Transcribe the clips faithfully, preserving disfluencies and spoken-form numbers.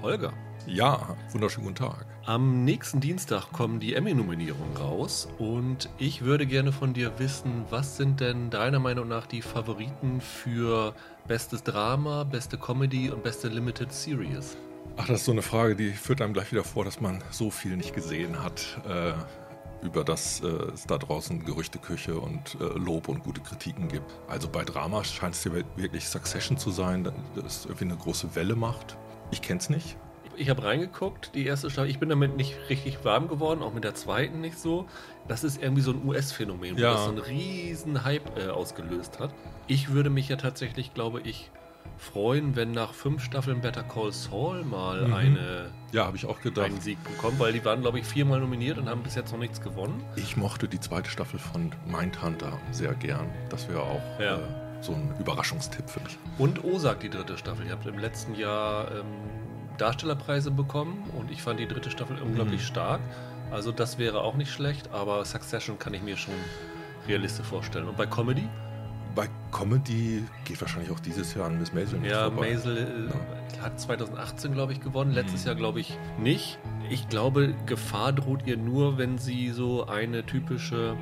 Holger. Ja, wunderschönen guten Tag. Am nächsten Dienstag kommen die Emmy-Nominierungen raus und ich würde gerne von dir wissen, was sind denn deiner Meinung nach die Favoriten für bestes Drama, beste Comedy und beste Limited Series? Ach, das ist so eine Frage, die führt einem gleich wieder vor, dass man so viel nicht gesehen hat, äh, über das äh, es da draußen Gerüchteküche und äh, Lob und gute Kritiken gibt. Also bei Drama scheint es ja wirklich Succession zu sein, das irgendwie eine große Welle macht. Ich kenn's nicht. Ich habe reingeguckt, die erste Staffel. Ich bin damit nicht richtig warm geworden, auch mit der zweiten nicht so. Das ist irgendwie so ein U S-Phänomen, wo Ja. das so einen riesen Hype äh, ausgelöst hat. Ich würde mich ja tatsächlich, glaube ich, freuen, wenn nach fünf Staffeln Better Call Saul mal Mhm. eine, Ja, habe ich auch gedacht. einen Sieg bekommt, weil die waren, glaube ich, viermal nominiert und haben bis jetzt noch nichts gewonnen. Ich mochte die zweite Staffel von Mindhunter sehr gern. Das wäre auch Ja. äh, so ein Überraschungstipp für mich. Und Ozark, die dritte Staffel. Ihr habt im letzten Jahr ähm, Darstellerpreise bekommen und ich fand die dritte Staffel unglaublich Mhm. stark. Also das wäre auch nicht schlecht, aber Succession kann ich mir schon realistisch vorstellen. Und bei Comedy? Bei Comedy geht wahrscheinlich auch dieses Jahr an Miss Maisel nicht Ja, vorbei. Maisel äh, hat zwanzig achtzehn, glaube ich, gewonnen. Letztes Mhm. Jahr, glaube ich, nicht. Ich glaube, Gefahr droht ihr nur, wenn sie so eine typische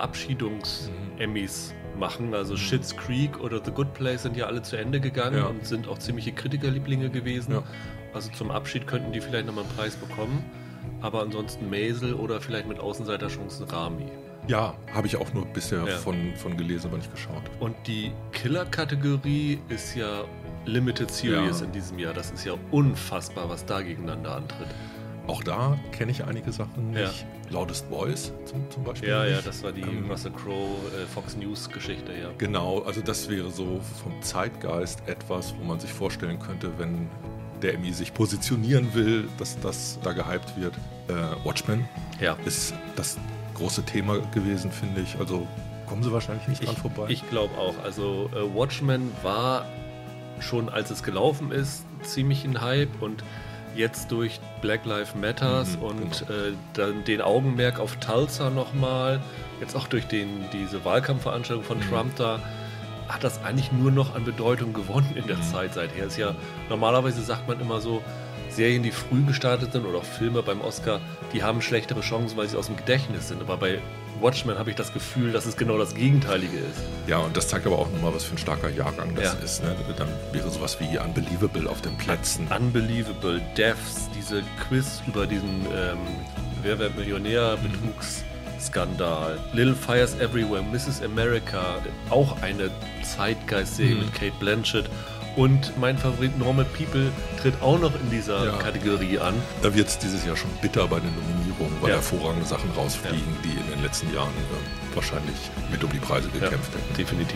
Verabschiedungs-Emmys machen. Also Mhm. Schitt's Creek oder The Good Place sind ja alle zu Ende gegangen Ja. und sind auch ziemliche Kritikerlieblinge gewesen. Ja. Also zum Abschied könnten die vielleicht nochmal einen Preis bekommen. Aber ansonsten Maisel oder vielleicht mit Außenseiterchancen Rami. Ja, habe ich auch nur bisher Ja. von, von gelesen, aber nicht geschaut. Und die Killer-Kategorie ist ja Limited Series Ja. in diesem Jahr. Das ist ja unfassbar, was da gegeneinander antritt. Auch da kenne ich einige Sachen Ja. nicht. Loudest Voice zum, zum Beispiel. Ja, ja, nicht. das war die Ähm, Russell Crowe äh, Fox News Geschichte, ja. Genau, also das wäre so vom Zeitgeist etwas, wo man sich vorstellen könnte, wenn der Emmy sich positionieren will, dass das da gehypt wird. Äh, Watchmen Ja. ist das große Thema gewesen, finde ich. Also kommen sie wahrscheinlich nicht dran Ich, vorbei. ich glaube auch. Also äh, Watchmen war schon, als es gelaufen ist, ziemlich ein Hype und jetzt durch Black Lives Matters Mhm, und äh, dann den Augenmerk auf Tulsa nochmal, jetzt auch durch den, diese Wahlkampfveranstaltung von Mhm. Trump da, hat das eigentlich nur noch an Bedeutung gewonnen in der Mhm. Zeit seither. Ist ja, normalerweise sagt man immer so, Serien, die früh gestartet sind oder auch Filme beim Oscar, die haben schlechtere Chancen, weil sie aus dem Gedächtnis sind. Aber bei Watchmen habe ich das Gefühl, dass es genau das Gegenteilige ist. Ja, und das zeigt aber auch nochmal, was für ein starker Jahrgang das Ja. ist. Ne? Dann wäre sowas wie Unbelievable auf den Plätzen. Unbelievable, Deaths, diese Quiz über diesen ähm, Wer wird Millionär, Betrugsskandal, Little Fires Everywhere, Missus America, auch eine Zeitgeistserie Mhm. mit Kate Blanchett. Und mein Favorit Normal People tritt auch noch in dieser Ja. Kategorie an. Da wird es dieses Jahr schon bitter bei den Nominierungen, weil Ja. hervorragende Sachen rausfliegen, die in den letzten Jahren äh, wahrscheinlich mit um die Preise gekämpft ja, hätten. definitiv.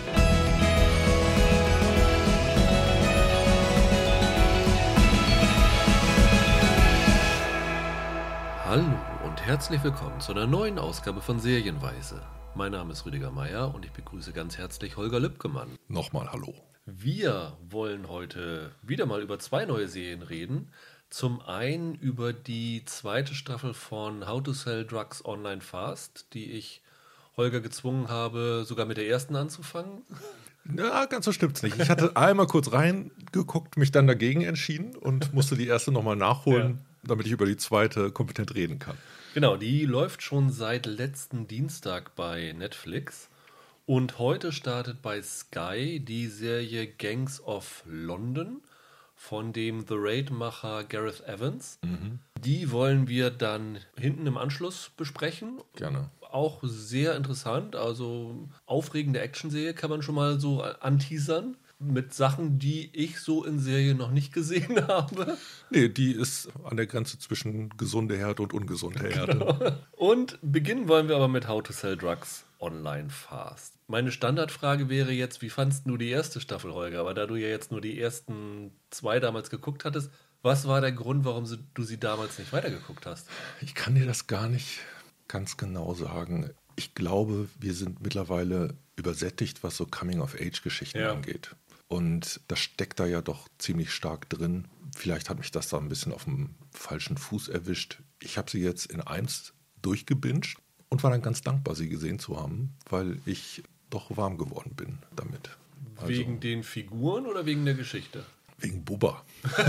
Hallo und herzlich willkommen zu einer neuen Ausgabe von Serienweise. Mein Name ist Rüdiger Meier und ich begrüße ganz herzlich Holger Lübkemann. Nochmal Hallo. Wir wollen heute wieder mal über zwei neue Serien reden. Zum einen über die zweite Staffel von How to Sell Drugs Online Fast, die ich Holger gezwungen habe, sogar mit der ersten anzufangen. Na, ganz so stimmt's nicht. Ich hatte einmal kurz reingeguckt, mich dann dagegen entschieden und musste die erste nochmal nachholen, damit ich über die zweite kompetent reden kann. Genau, die läuft schon seit letzten Dienstag bei Netflix. Und heute startet bei Sky die Serie Gangs of London von dem The Raid-Macher Gareth Evans. Die wollen wir dann hinten im Anschluss besprechen. Gerne. Auch sehr interessant, also aufregende Actionserie kann man schon mal so anteasern. Mit Sachen, die ich so in Serien noch nicht gesehen habe. Nee, die ist an der Grenze zwischen gesunde Härte und ungesunde Härte. Und beginnen wollen wir aber mit How to Sell Drugs Online Fast. Meine Standardfrage wäre jetzt, wie fandst du die erste Staffel, Holger? Aber da du ja jetzt nur die ersten zwei damals geguckt hattest, was war der Grund, warum du sie damals nicht weitergeguckt hast? Ich kann dir das gar nicht ganz genau sagen. Ich glaube, wir sind mittlerweile übersättigt, was so Coming-of-Age-Geschichten Ja. angeht. Und das steckt da ja doch ziemlich stark drin. Vielleicht hat mich das da ein bisschen auf dem falschen Fuß erwischt. Ich habe sie jetzt in eins durchgebinged und war dann ganz dankbar, sie gesehen zu haben, weil ich doch warm geworden bin damit. Also, Wegen den Figuren oder wegen der Geschichte? Wegen Bubba.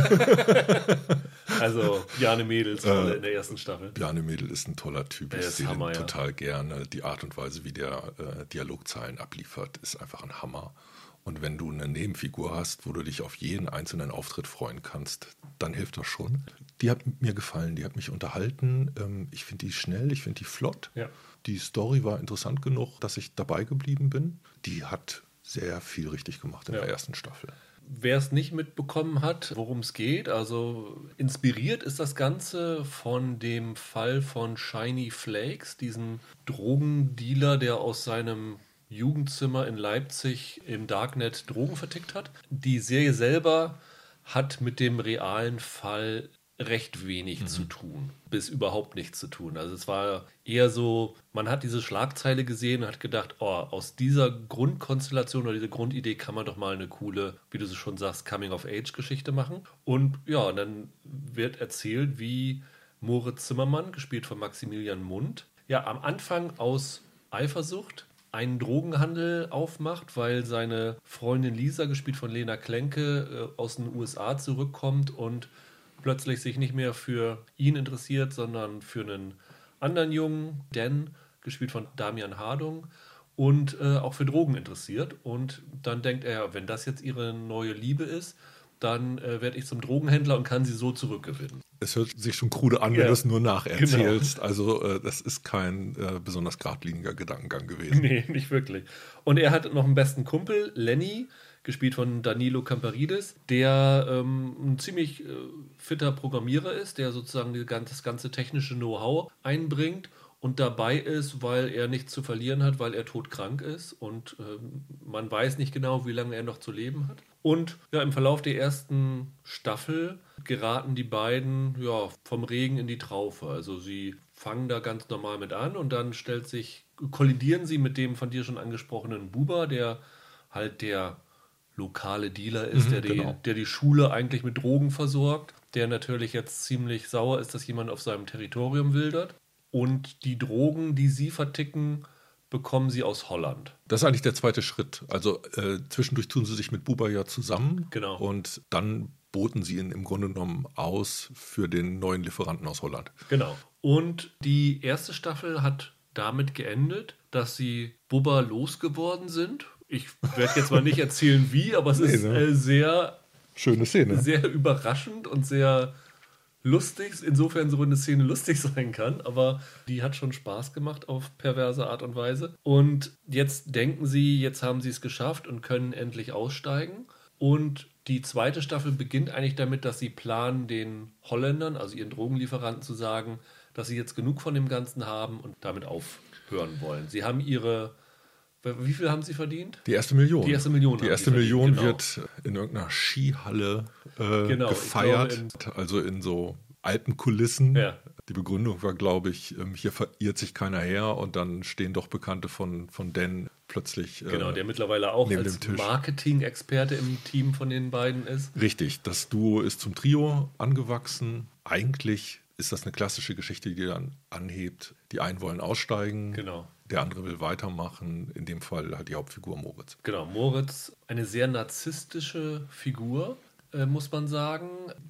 Also Bjarne Mädels Rolle äh, in der ersten Staffel. Bjarne Mädel ist ein toller Typ. Ich sehe den total ja. gerne. Die Art und Weise, wie der äh, Dialogzeilen abliefert, ist einfach ein Hammer. Und wenn du eine Nebenfigur hast, wo du dich auf jeden einzelnen Auftritt freuen kannst, dann hilft das schon. Die hat mir gefallen, die hat mich unterhalten. Ähm, ich finde die schnell, ich finde die flott. Ja. Die Story war interessant genug, dass ich dabei geblieben bin. Die hat sehr viel richtig gemacht in ja. der ersten Staffel. Wer es nicht mitbekommen hat, worum es geht, also inspiriert ist das Ganze von dem Fall von Shiny Flakes, diesem Drogendealer, der aus seinem Jugendzimmer in Leipzig im Darknet Drogen vertickt hat. Die Serie selber hat mit dem realen Fall recht wenig mhm. zu tun, bis überhaupt nichts zu tun. Also es war eher so, man hat diese Schlagzeile gesehen und hat gedacht, oh, aus dieser Grundkonstellation oder dieser Grundidee kann man doch mal eine coole, wie du so schon sagst, Coming-of-Age-Geschichte machen. Und ja, dann wird erzählt, wie Moritz Zimmermann, gespielt von Maximilian Mundt, ja am Anfang aus Eifersucht einen Drogenhandel aufmacht, weil seine Freundin Lisa, gespielt von Lena Klenke, aus den U S A zurückkommt und plötzlich sich nicht mehr für ihn interessiert, sondern für einen anderen Jungen, Dan, gespielt von Damian Hardung, und äh, auch für Drogen interessiert. Und dann denkt er, wenn das jetzt ihre neue Liebe ist, dann äh, werde ich zum Drogenhändler und kann sie so zurückgewinnen. Es hört sich schon krude an, ja, wenn du es nur nacherzählst. Genau. Also äh, das ist kein äh, besonders geradliniger Gedankengang gewesen. Nee, nicht wirklich. Und er hat noch einen besten Kumpel, Lenny, gespielt von Danilo Camparidis, der ähm, ein ziemlich äh, fitter Programmierer ist, der sozusagen die, das ganze technische Know-how einbringt und dabei ist, weil er nichts zu verlieren hat, weil er todkrank ist und ähm, man weiß nicht genau, wie lange er noch zu leben hat. Und ja, im Verlauf der ersten Staffel geraten die beiden ja, vom Regen in die Traufe. Also sie fangen da ganz normal mit an und dann stellt sich, kollidieren sie mit dem von dir schon angesprochenen Buba, der halt der lokale Dealer ist, Mhm, der, die, genau. der die Schule eigentlich mit Drogen versorgt, der natürlich jetzt ziemlich sauer ist, dass jemand auf seinem Territorium wildert. Und die Drogen, die sie verticken, bekommen sie aus Holland. Das ist eigentlich der zweite Schritt. Also äh, zwischendurch tun sie sich mit Buba ja zusammen. Genau. Und dann boten sie ihn im Grunde genommen aus für den neuen Lieferanten aus Holland. Genau. Und die erste Staffel hat damit geendet, dass sie Bubba losgeworden sind. Ich werde jetzt mal nicht erzählen, wie, aber es nee, ist ne? äh, sehr, schöne Szene. Sehr überraschend und sehr lustig, insofern so eine Szene lustig sein kann, aber die hat schon Spaß gemacht auf perverse Art und Weise. Und jetzt denken sie, jetzt haben sie es geschafft und können endlich aussteigen. Und die zweite Staffel beginnt eigentlich damit, dass sie planen, den Holländern, also ihren Drogenlieferanten, zu sagen, dass sie jetzt genug von dem Ganzen haben und damit aufhören wollen. Sie haben ihre... Wie viel haben sie verdient? Die erste Million. Die erste Million, die erste Million genau. wird in irgendeiner Skihalle äh, genau, gefeiert, glaube, in also in so Alpenkulissen. Ja. Die Begründung war, glaube ich, hier verirrt sich keiner her und dann stehen doch Bekannte von, von Dan plötzlich Genau, äh, der mittlerweile auch als Marketing-Experte im Team von den beiden ist. Richtig, das Duo ist zum Trio angewachsen. Eigentlich ist das eine klassische Geschichte, die dann anhebt. Die einen wollen aussteigen. Genau. Der andere will weitermachen, in dem Fall halt die Hauptfigur Moritz. Genau, Moritz, eine sehr narzisstische Figur, äh, muss man sagen,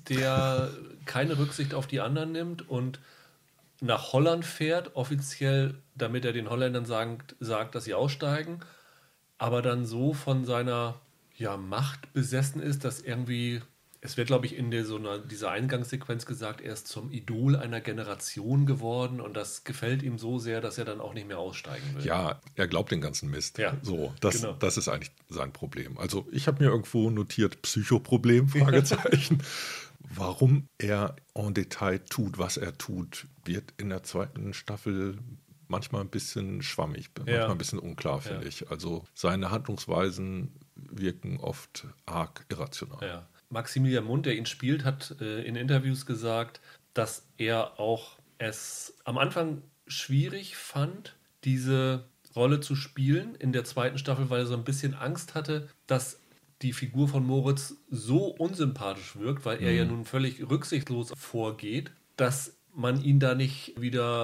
der keine Rücksicht auf die anderen nimmt und nach Holland fährt, offiziell, damit er den Holländern sagt, sagt, dass sie aussteigen, aber dann so von seiner ja, Macht besessen ist, dass irgendwie... Es wird, glaube ich, in der, so einer, dieser Eingangssequenz gesagt, er ist zum Idol einer Generation geworden und das gefällt ihm so sehr, dass er dann auch nicht mehr aussteigen will. Ja, er glaubt den ganzen Mist. Ja, so, das, genau. das ist eigentlich sein Problem. Also ich habe mir irgendwo notiert, Psychoproblem, Fragezeichen. Warum er en Detail tut, was er tut, wird in der zweiten Staffel manchmal ein bisschen schwammig, manchmal ja. ein bisschen unklar, finde ja. ich. Also seine Handlungsweisen wirken oft arg irrational. Ja. Maximilian Mundt, der ihn spielt, hat äh, in Interviews gesagt, dass er auch es am Anfang schwierig fand, diese Rolle zu spielen in der zweiten Staffel, weil er so ein bisschen Angst hatte, dass die Figur von Moritz so unsympathisch wirkt, weil er mhm. ja nun völlig rücksichtslos vorgeht, dass man ihn da nicht wieder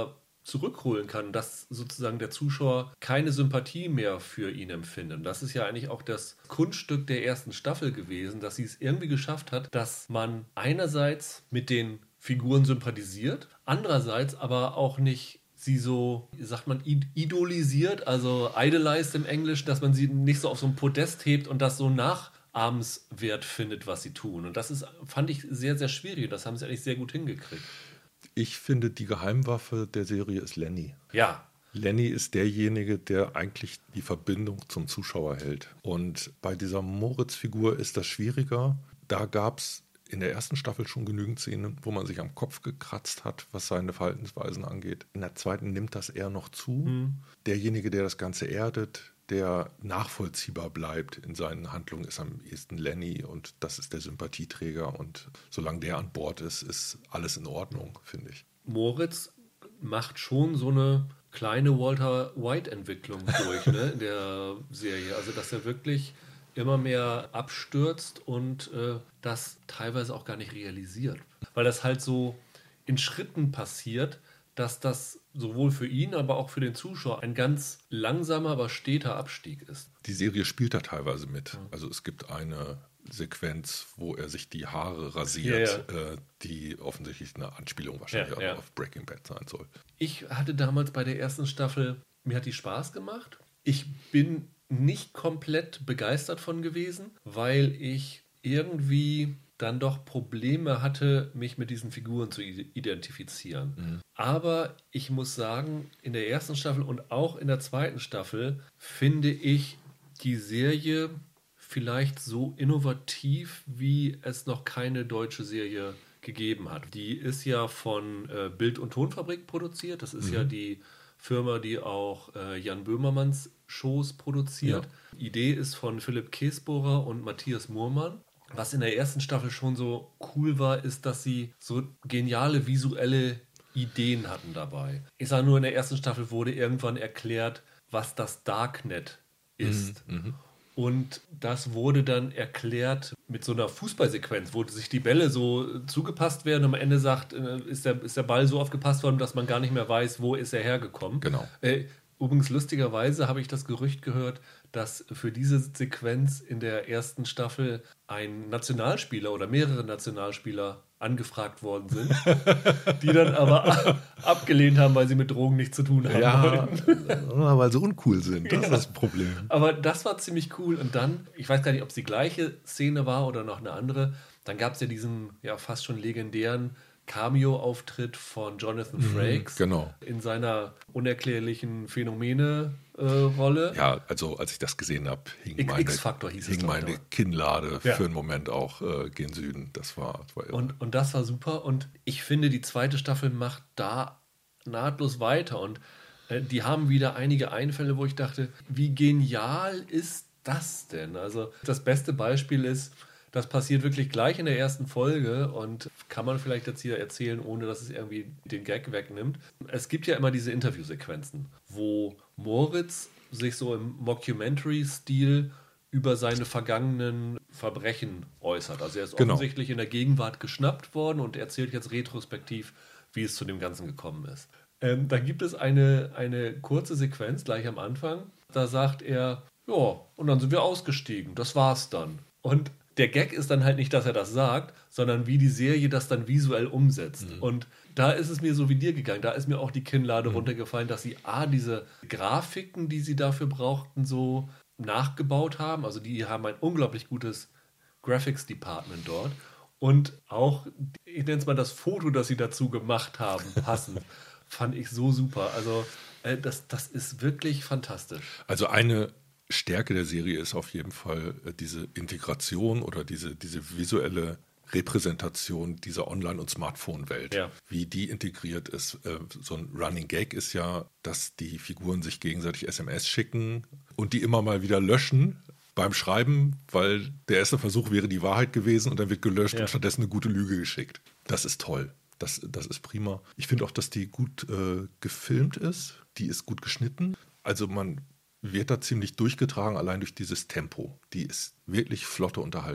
zurückholen kann, dass sozusagen der Zuschauer keine Sympathie mehr für ihn empfindet. Und das ist ja eigentlich auch das Kunststück der ersten Staffel gewesen, dass sie es irgendwie geschafft hat, dass man einerseits mit den Figuren sympathisiert, andererseits aber auch nicht sie so, wie sagt man, idolisiert, also idolized im Englischen, dass man sie nicht so auf so ein Podest hebt und das so nachahmenswert findet, was sie tun. Und das ist, fand ich sehr, sehr schwierig. Das haben sie eigentlich sehr gut hingekriegt. Ich finde, die Geheimwaffe der Serie ist Lenny. Ja. Lenny ist derjenige, der eigentlich die Verbindung zum Zuschauer hält. Und bei dieser Moritz-Figur ist das schwieriger. Da gab es in der ersten Staffel schon genügend Szenen, wo man sich am Kopf gekratzt hat, was seine Verhaltensweisen angeht. In der zweiten nimmt das eher noch zu. Mhm. Derjenige, der das Ganze erdet, der nachvollziehbar bleibt in seinen Handlungen, ist am ehesten Lenny und das ist der Sympathieträger und solange der an Bord ist, ist alles in Ordnung, finde ich. Moritz macht schon so eine kleine Walter-White-Entwicklung durch ne, in der Serie, also dass er wirklich immer mehr abstürzt und äh, das teilweise auch gar nicht realisiert, weil das halt so in Schritten passiert, dass das sowohl für ihn, aber auch für den Zuschauer ein ganz langsamer, aber steter Abstieg ist. Die Serie spielt da teilweise mit. Ja. Also es gibt eine Sequenz, wo er sich die Haare rasiert, ja, ja. Äh, die offensichtlich eine Anspielung wahrscheinlich ja, ja. auf Breaking Bad sein soll. Ich hatte damals bei der ersten Staffel, mir hat die Spaß gemacht. Ich bin nicht komplett begeistert von gewesen, weil ich irgendwie dann doch Probleme hatte, mich mit diesen Figuren zu identifizieren. Mhm. Aber ich muss sagen, in der ersten Staffel und auch in der zweiten Staffel finde ich die Serie vielleicht so innovativ, wie es noch keine deutsche Serie gegeben hat. Die ist ja von äh, Bild- und Tonfabrik produziert. Das ist mhm. ja die Firma, die auch äh, Jan Böhmermanns Shows produziert. Ja. Die Idee ist von Philipp Käsbohrer und Matthias Murmann. Was in der ersten Staffel schon so cool war, ist, dass sie so geniale visuelle Ideen hatten dabei. Ich sage nur, in der ersten Staffel wurde irgendwann erklärt, was das Darknet ist. Mhm. Und das wurde dann erklärt mit so einer Fußballsequenz, wo sich die Bälle so zugepasst werden und am Ende sagt, ist der, ist der Ball so aufgepasst worden, dass man gar nicht mehr weiß, wo ist er hergekommen. Genau. Äh, Übrigens, lustigerweise habe ich das Gerücht gehört, dass für diese Sequenz in der ersten Staffel ein Nationalspieler oder mehrere Nationalspieler angefragt worden sind, die dann aber abgelehnt haben, weil sie mit Drogen nichts zu tun haben ja, wollten. Weil sie uncool sind, das ja. ist das Problem. Aber das war ziemlich cool. Und dann, ich weiß gar nicht, ob es die gleiche Szene war oder noch eine andere, dann gab es ja diesen ja fast schon legendären Cameo-Auftritt von Jonathan Frakes genau. in seiner unerklärlichen Phänomene-Rolle. Äh, ja, also als ich das gesehen habe, hing X- meine, X-Faktor hieß hing es meine Kinnlade ja. für einen Moment auch äh, gen Süden. Das war, das war irre. Und, und das war super. Und ich finde, die zweite Staffel macht da nahtlos weiter. Und äh, die haben wieder einige Einfälle, wo ich dachte, wie genial ist das denn? Also das beste Beispiel ist, das passiert wirklich gleich in der ersten Folge und kann man vielleicht jetzt hier erzählen, ohne dass es irgendwie den Gag wegnimmt. Es gibt ja immer diese Interviewsequenzen, wo Moritz sich so im Mockumentary-Stil über seine vergangenen Verbrechen äußert. Also er ist genau. offensichtlich in der Gegenwart geschnappt worden und erzählt jetzt retrospektiv, wie es zu dem Ganzen gekommen ist. Ähm, da gibt es eine, eine kurze Sequenz gleich am Anfang. Da sagt er, ja, und dann sind wir ausgestiegen. Das war's dann. Und der Gag ist dann halt nicht, dass er das sagt, sondern wie die Serie das dann visuell umsetzt. Mhm. Und da ist es mir so wie dir gegangen. Da ist mir auch die Kinnlade mhm. runtergefallen, dass sie A, diese Grafiken, die sie dafür brauchten, so nachgebaut haben. Also die haben ein unglaublich gutes Graphics-Department dort. Und auch, ich nenne es mal das Foto, das sie dazu gemacht haben, passend, fand ich so super. Also äh, das, das ist wirklich fantastisch. Also eine Stärke der Serie ist auf jeden Fall diese Integration oder diese, diese visuelle Repräsentation dieser Online- und Smartphone-Welt. Ja. Wie die integriert ist. So ein Running Gag ist ja, dass die Figuren sich gegenseitig S M S schicken und die immer mal wieder löschen beim Schreiben, weil der erste Versuch wäre die Wahrheit gewesen und dann wird gelöscht ja. und stattdessen eine gute Lüge geschickt. Das ist toll. Das, das ist prima. Ich finde auch, dass die gut äh, gefilmt ist. Die ist gut geschnitten. Also man wird da ziemlich durchgetragen, allein durch dieses Tempo. Die ist wirklich flotte Unterhaltung.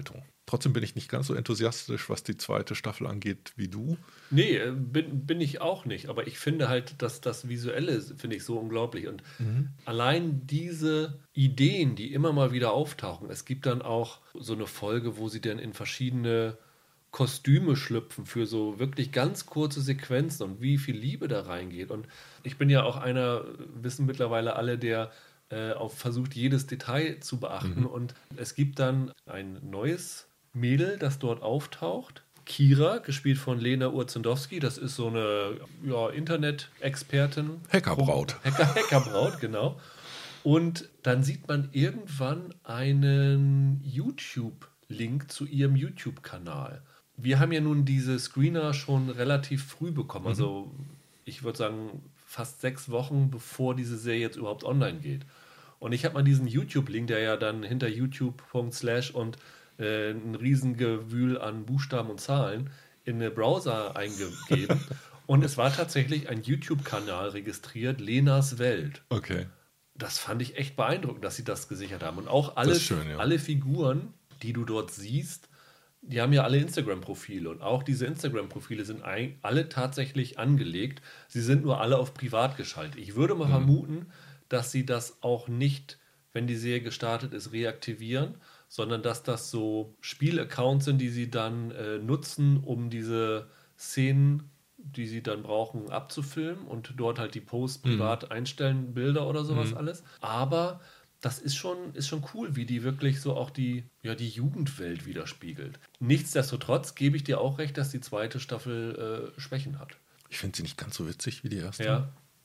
Trotzdem bin ich nicht ganz so enthusiastisch, was die zweite Staffel angeht, wie du. Nee, äh, bin, bin ich auch nicht. Aber ich finde halt, dass das Visuelle finde ich so unglaublich. Und mhm. allein diese Ideen, die immer mal wieder auftauchen. Es gibt dann auch so eine Folge, wo sie dann in verschiedene Kostüme schlüpfen für so wirklich ganz kurze Sequenzen und wie viel Liebe da reingeht. Und ich bin ja auch einer, wissen mittlerweile alle, der äh, auch versucht, jedes Detail zu beachten. Mhm. Und es gibt dann ein neues Mädel, das dort auftaucht. Kira, gespielt von Lena Urzendowski. Das ist so eine ja, Internet-Expertin. Hackerbraut. Hacker, Hackerbraut, genau. Und dann sieht man irgendwann einen YouTube-Link zu ihrem YouTube-Kanal. Wir haben ja nun diese Screener schon relativ früh bekommen. Mhm. Also ich würde sagen fast sechs Wochen, bevor diese Serie jetzt überhaupt online geht. Und ich habe mal diesen YouTube-Link, der ja dann hinter youtube punkt slash und äh, ein Riesengewühl an Buchstaben und Zahlen in den Browser eingegeben. Und es war tatsächlich ein YouTube-Kanal registriert, Lenas Welt. Okay. Das fand ich echt beeindruckend, dass sie das gesichert haben. Und auch alle, schön, ja. alle Figuren, die du dort siehst, die haben ja alle Instagram-Profile. Und auch diese Instagram-Profile sind ein, alle tatsächlich angelegt. Sie sind nur alle auf privat geschaltet. Ich würde mal mhm. vermuten, dass sie das auch nicht, wenn die Serie gestartet ist, reaktivieren, sondern dass das so Spielaccounts sind, die sie dann äh, nutzen, um diese Szenen, die sie dann brauchen, abzufilmen und dort halt die Posts privat mhm. einstellen, Bilder oder sowas mhm. alles. Aber das ist schon, ist schon cool, wie die wirklich so auch die, ja, die Jugendwelt widerspiegelt. Nichtsdestotrotz gebe ich dir auch recht, dass die zweite Staffel äh, Schwächen hat. Ich finde sie nicht ganz so witzig wie die erste. Ja.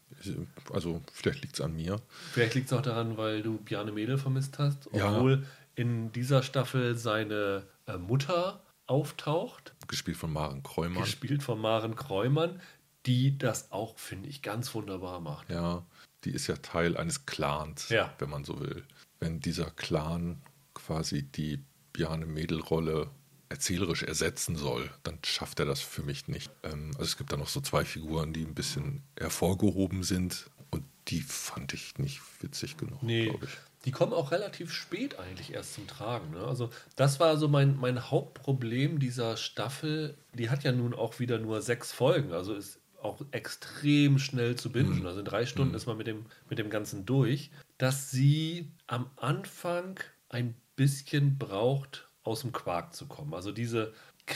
Also vielleicht liegt es an mir. Vielleicht liegt es auch daran, weil du Bjarne Mädel vermisst hast, obwohl ja. in dieser Staffel seine äh, Mutter auftaucht. Gespielt von Maren Kräumann. Gespielt von Maren Kräumann, die das auch, finde ich, ganz wunderbar macht. Ja, die ist ja Teil eines Clans, ja. wenn man so will. Wenn dieser Clan quasi die Bjarne Mädel-Rolle erzählerisch ersetzen soll, dann schafft er das für mich nicht. Ähm, also es gibt da noch so zwei Figuren, die ein bisschen hervorgehoben sind und die fand ich nicht witzig genug, nee. glaube ich. Die kommen auch relativ spät eigentlich erst zum Tragen. Ne? Also das war so mein, mein Hauptproblem dieser Staffel. Die hat ja nun auch wieder nur sechs Folgen, also ist auch extrem schnell zu bingen. Mhm. Also in drei Stunden mhm. ist man mit dem, mit dem Ganzen durch. Dass sie am Anfang ein bisschen braucht, aus dem Quark zu kommen. Also diese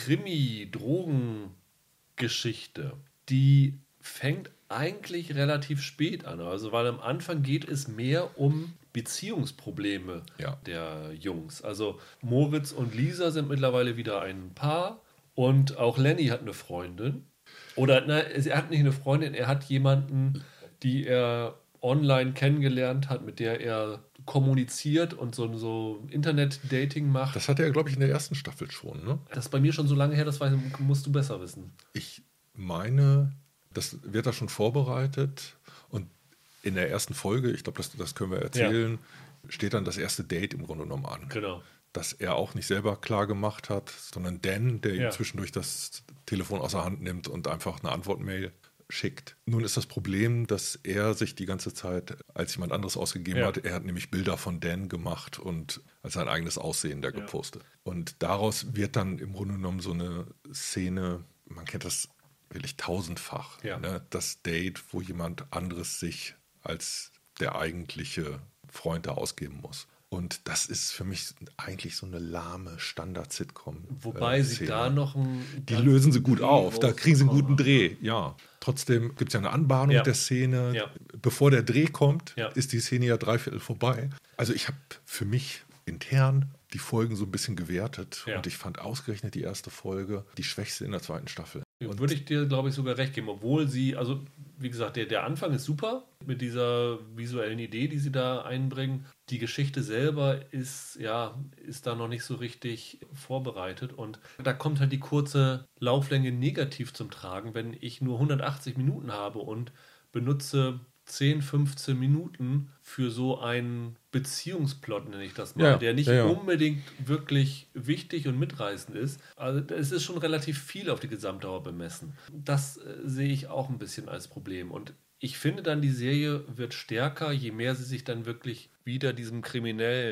Krimi-Drogen-Geschichte, die fängt eigentlich relativ spät an. Also weil am Anfang geht es mehr um Beziehungsprobleme ja. der Jungs. Also Moritz und Lisa sind mittlerweile wieder ein Paar und auch Lenny hat eine Freundin. Oder na, er hat nicht eine Freundin, er hat jemanden, die er online kennengelernt hat, mit der er kommuniziert und so, so Internet-Dating macht. Das hatte er, glaube ich, in der ersten Staffel schon, ne? Das ist bei mir schon so lange her, das weiß, musst du besser wissen. Ich meine, das wird da schon vorbereitet und in der ersten Folge, ich glaube, das, das können wir erzählen, ja. steht dann das erste Date im Grunde genommen an. Genau. Das er auch nicht selber klar gemacht hat, sondern Dan, der ja. ihm zwischendurch das Telefon außer Hand nimmt und einfach eine Antwortmail schickt. Nun ist das Problem, dass er sich die ganze Zeit als jemand anderes ausgegeben ja. hat. Er hat nämlich Bilder von Dan gemacht und als sein eigenes Aussehen da gepostet. Ja. Und daraus wird dann im Grunde genommen so eine Szene, man kennt das wirklich tausendfach, ja. ne? Das Date, wo jemand anderes sich als der eigentliche Freund da ausgeben muss. Und das ist für mich eigentlich so eine lahme Standard-Sitcom. Wobei äh, sie da noch ein... Die lösen sie gut auf, da kriegen sie einen guten Dreh, ja. Trotzdem gibt es ja eine Anbahnung ja. der Szene. Ja. Bevor der Dreh kommt, ja. ist die Szene ja dreiviertel vorbei. Also ich habe für mich intern die Folgen so ein bisschen gewertet. Ja. Und ich fand ausgerechnet die erste Folge die schwächste in der zweiten Staffel. Und würde ich dir, glaube ich, sogar recht geben. Obwohl sie, also wie gesagt, der, der Anfang ist super mit dieser visuellen Idee, die sie da einbringen. Die Geschichte selber ist, ja, ist da noch nicht so richtig vorbereitet. Und da kommt halt die kurze Lauflänge negativ zum Tragen, wenn ich nur hundertachtzig Minuten habe und benutze zehn, fünfzehn Minuten für so einen Beziehungsplot, nenne ich das mal, ja, der nicht ja, ja. unbedingt wirklich wichtig und mitreißend ist. Also es ist schon relativ viel auf die Gesamtdauer bemessen. Das äh, sehe ich auch ein bisschen als Problem. Und ich finde dann, die Serie wird stärker, je mehr sie sich dann wirklich wieder diesem kriminellen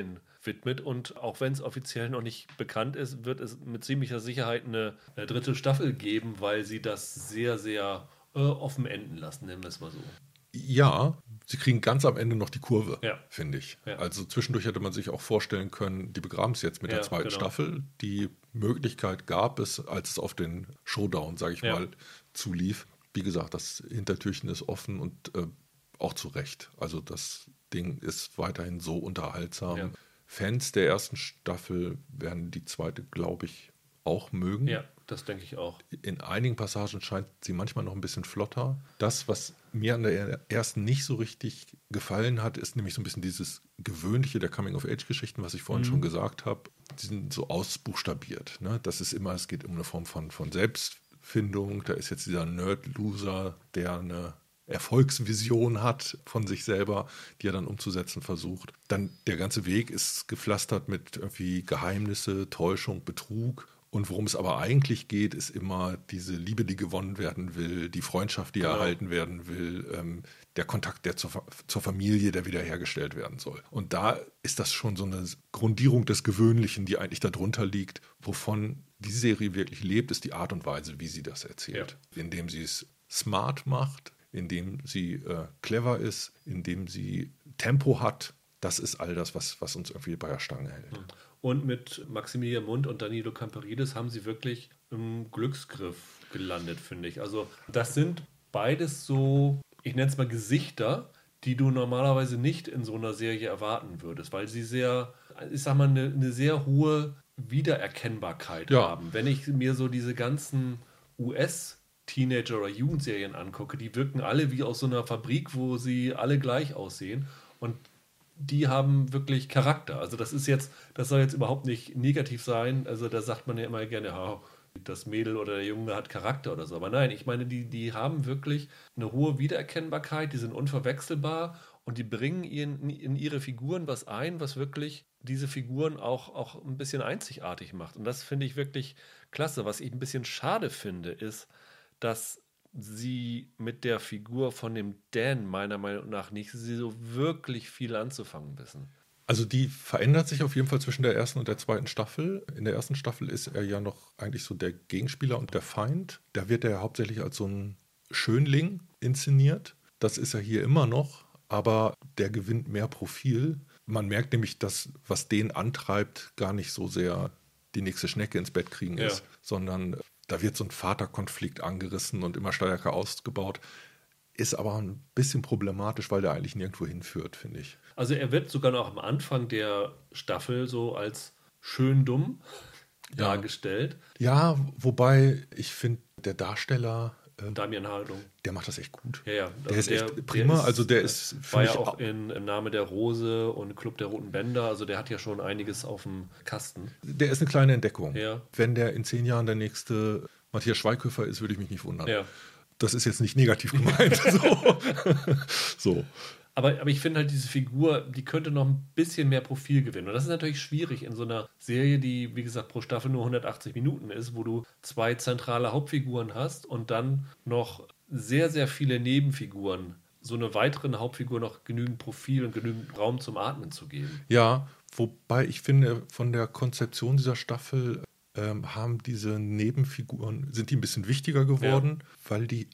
widmet. Und auch wenn es offiziell noch nicht bekannt ist, wird es mit ziemlicher Sicherheit eine, eine dritte Staffel geben, weil sie das sehr, sehr äh, offen enden lassen, nennen wir es mal so. Ja, sie kriegen ganz am Ende noch die Kurve, ja. finde ich. Ja. Also zwischendurch hätte man sich auch vorstellen können, die begraben es jetzt mit ja, der zweiten genau. Staffel. Die Möglichkeit gab es, als es auf den Showdown, sage ich ja. mal, zulief. Wie gesagt, das Hintertürchen ist offen und äh, auch zu Recht. Also das Ding ist weiterhin so unterhaltsam. Ja. Fans der ersten Staffel werden die zweite, glaube ich, auch mögen. Ja, das denke ich auch. In einigen Passagen scheint sie manchmal noch ein bisschen flotter. Das, was mir an der ersten nicht so richtig gefallen hat, ist nämlich so ein bisschen dieses Gewöhnliche der Coming-of-Age-Geschichten, was ich vorhin mhm. schon gesagt habe. Die sind so ausbuchstabiert. Ne? Das ist immer, es geht um eine Form von, von Selbstfindung. Da ist jetzt dieser Nerd-Loser, der eine Erfolgsvision hat von sich selber, die er dann umzusetzen versucht. Dann der ganze Weg ist gepflastert mit irgendwie Geheimnisse, Täuschung, Betrug. Und worum es aber eigentlich geht, ist immer diese Liebe, die gewonnen werden will, die Freundschaft, die genau. erhalten werden will, ähm, der Kontakt, der zur, zur Familie, der wiederhergestellt werden soll. Und da ist das schon so eine Grundierung des Gewöhnlichen, die eigentlich darunter liegt. Wovon die Serie wirklich lebt, ist die Art und Weise, wie sie das erzählt. Ja. Indem sie es smart macht, indem sie äh, clever ist, indem sie Tempo hat. Das ist all das, was, was uns irgendwie bei der Stange hält. Und mit Maximilian Mundt und Danilo Camperidis haben sie wirklich im Glücksgriff gelandet, finde ich. Also das sind beides so, ich nenne es mal Gesichter, die du normalerweise nicht in so einer Serie erwarten würdest, weil sie sehr, ich sag mal, eine, eine sehr hohe Wiedererkennbarkeit ja. haben. Wenn ich mir so diese ganzen U S- Teenager- oder Jugendserien angucke, die wirken alle wie aus so einer Fabrik, wo sie alle gleich aussehen und die haben wirklich Charakter. Also das ist jetzt, das soll jetzt überhaupt nicht negativ sein, also da sagt man ja immer gerne, oh, das Mädel oder der Junge hat Charakter oder so, aber nein, ich meine, die, die haben wirklich eine hohe Wiedererkennbarkeit, die sind unverwechselbar und die bringen in, in ihre Figuren was ein, was wirklich diese Figuren auch, auch ein bisschen einzigartig macht und das finde ich wirklich klasse. Was ich ein bisschen schade finde, ist, dass sie mit der Figur von dem Dan meiner Meinung nach nicht so wirklich viel anzufangen wissen. Also die verändert sich auf jeden Fall zwischen der ersten und der zweiten Staffel. In der ersten Staffel ist er ja noch eigentlich so der Gegenspieler und der Feind. Da wird er hauptsächlich als so ein Schönling inszeniert. Das ist er hier immer noch, aber der gewinnt mehr Profil. Man merkt nämlich, dass was den antreibt, gar nicht so sehr die nächste Schnecke ins Bett kriegen ist, ja. sondern da wird so ein Vaterkonflikt angerissen und immer stärker ausgebaut. Ist aber ein bisschen problematisch, weil der eigentlich nirgendwo hinführt, finde ich. Also er wird sogar noch am Anfang der Staffel so als schön dumm ja. dargestellt. Ja, wobei ich finde, der Darsteller äh, Damian Hardung, der macht das echt gut. Ja, ja. Der ist der, echt prima. Der ist, also der ist für war mich ja auch in Im Name der Rose und Club der Roten Bänder. Also der hat ja schon einiges auf dem Kasten. Der ist eine kleine Entdeckung. Ja. Wenn der in zehn Jahren der nächste Matthias Schweighöfer ist, würde ich mich nicht wundern. Ja. Das ist jetzt nicht negativ gemeint. so. so. Aber, aber ich finde halt, diese Figur, die könnte noch ein bisschen mehr Profil gewinnen. Und das ist natürlich schwierig in so einer Serie, die, wie gesagt, pro Staffel nur hundertachtzig Minuten ist, wo du zwei zentrale Hauptfiguren hast und dann noch sehr, sehr viele Nebenfiguren, so eine weiteren Hauptfigur noch genügend Profil und genügend Raum zum Atmen zu geben. Ja, wobei ich finde, von der Konzeption dieser Staffel ähm, haben diese Nebenfiguren, sind die ein bisschen wichtiger geworden, ja. weil die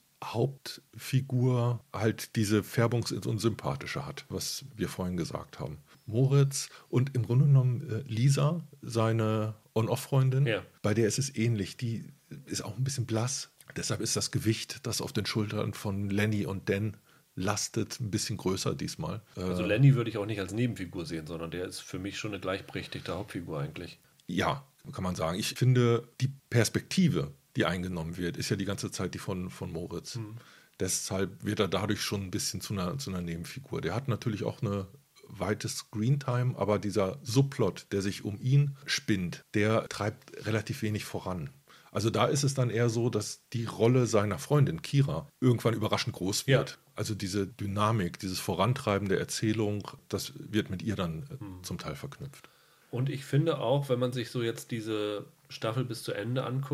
Hauptfigur halt diese Färbungs- und Sympathische hat, was wir vorhin gesagt haben. Moritz und im Grunde genommen äh, Lisa, seine On-Off-Freundin, ja. bei der ist es ähnlich. Die ist auch ein bisschen blass. Deshalb ist das Gewicht, das auf den Schultern von Lenny und Dan lastet, ein bisschen größer diesmal. Also Lenny würde ich auch nicht als Nebenfigur sehen, sondern der ist für mich schon eine gleichberechtigte Hauptfigur eigentlich. Ja, kann man sagen. Ich finde, die Perspektive, die eingenommen wird, ist ja die ganze Zeit die von, von Moritz. Mhm. Deshalb wird er dadurch schon ein bisschen zu einer, zu einer Nebenfigur. Der hat natürlich auch eine weite Screentime, aber dieser Subplot, der sich um ihn spinnt, der treibt relativ wenig voran. Also da ist es dann eher so, dass die Rolle seiner Freundin Kira irgendwann überraschend groß wird. Ja. Also diese Dynamik, dieses Vorantreiben der Erzählung, das wird mit ihr dann mhm. zum Teil verknüpft. Und ich finde auch, wenn man sich so jetzt diese Staffel bis zu Ende anguckt,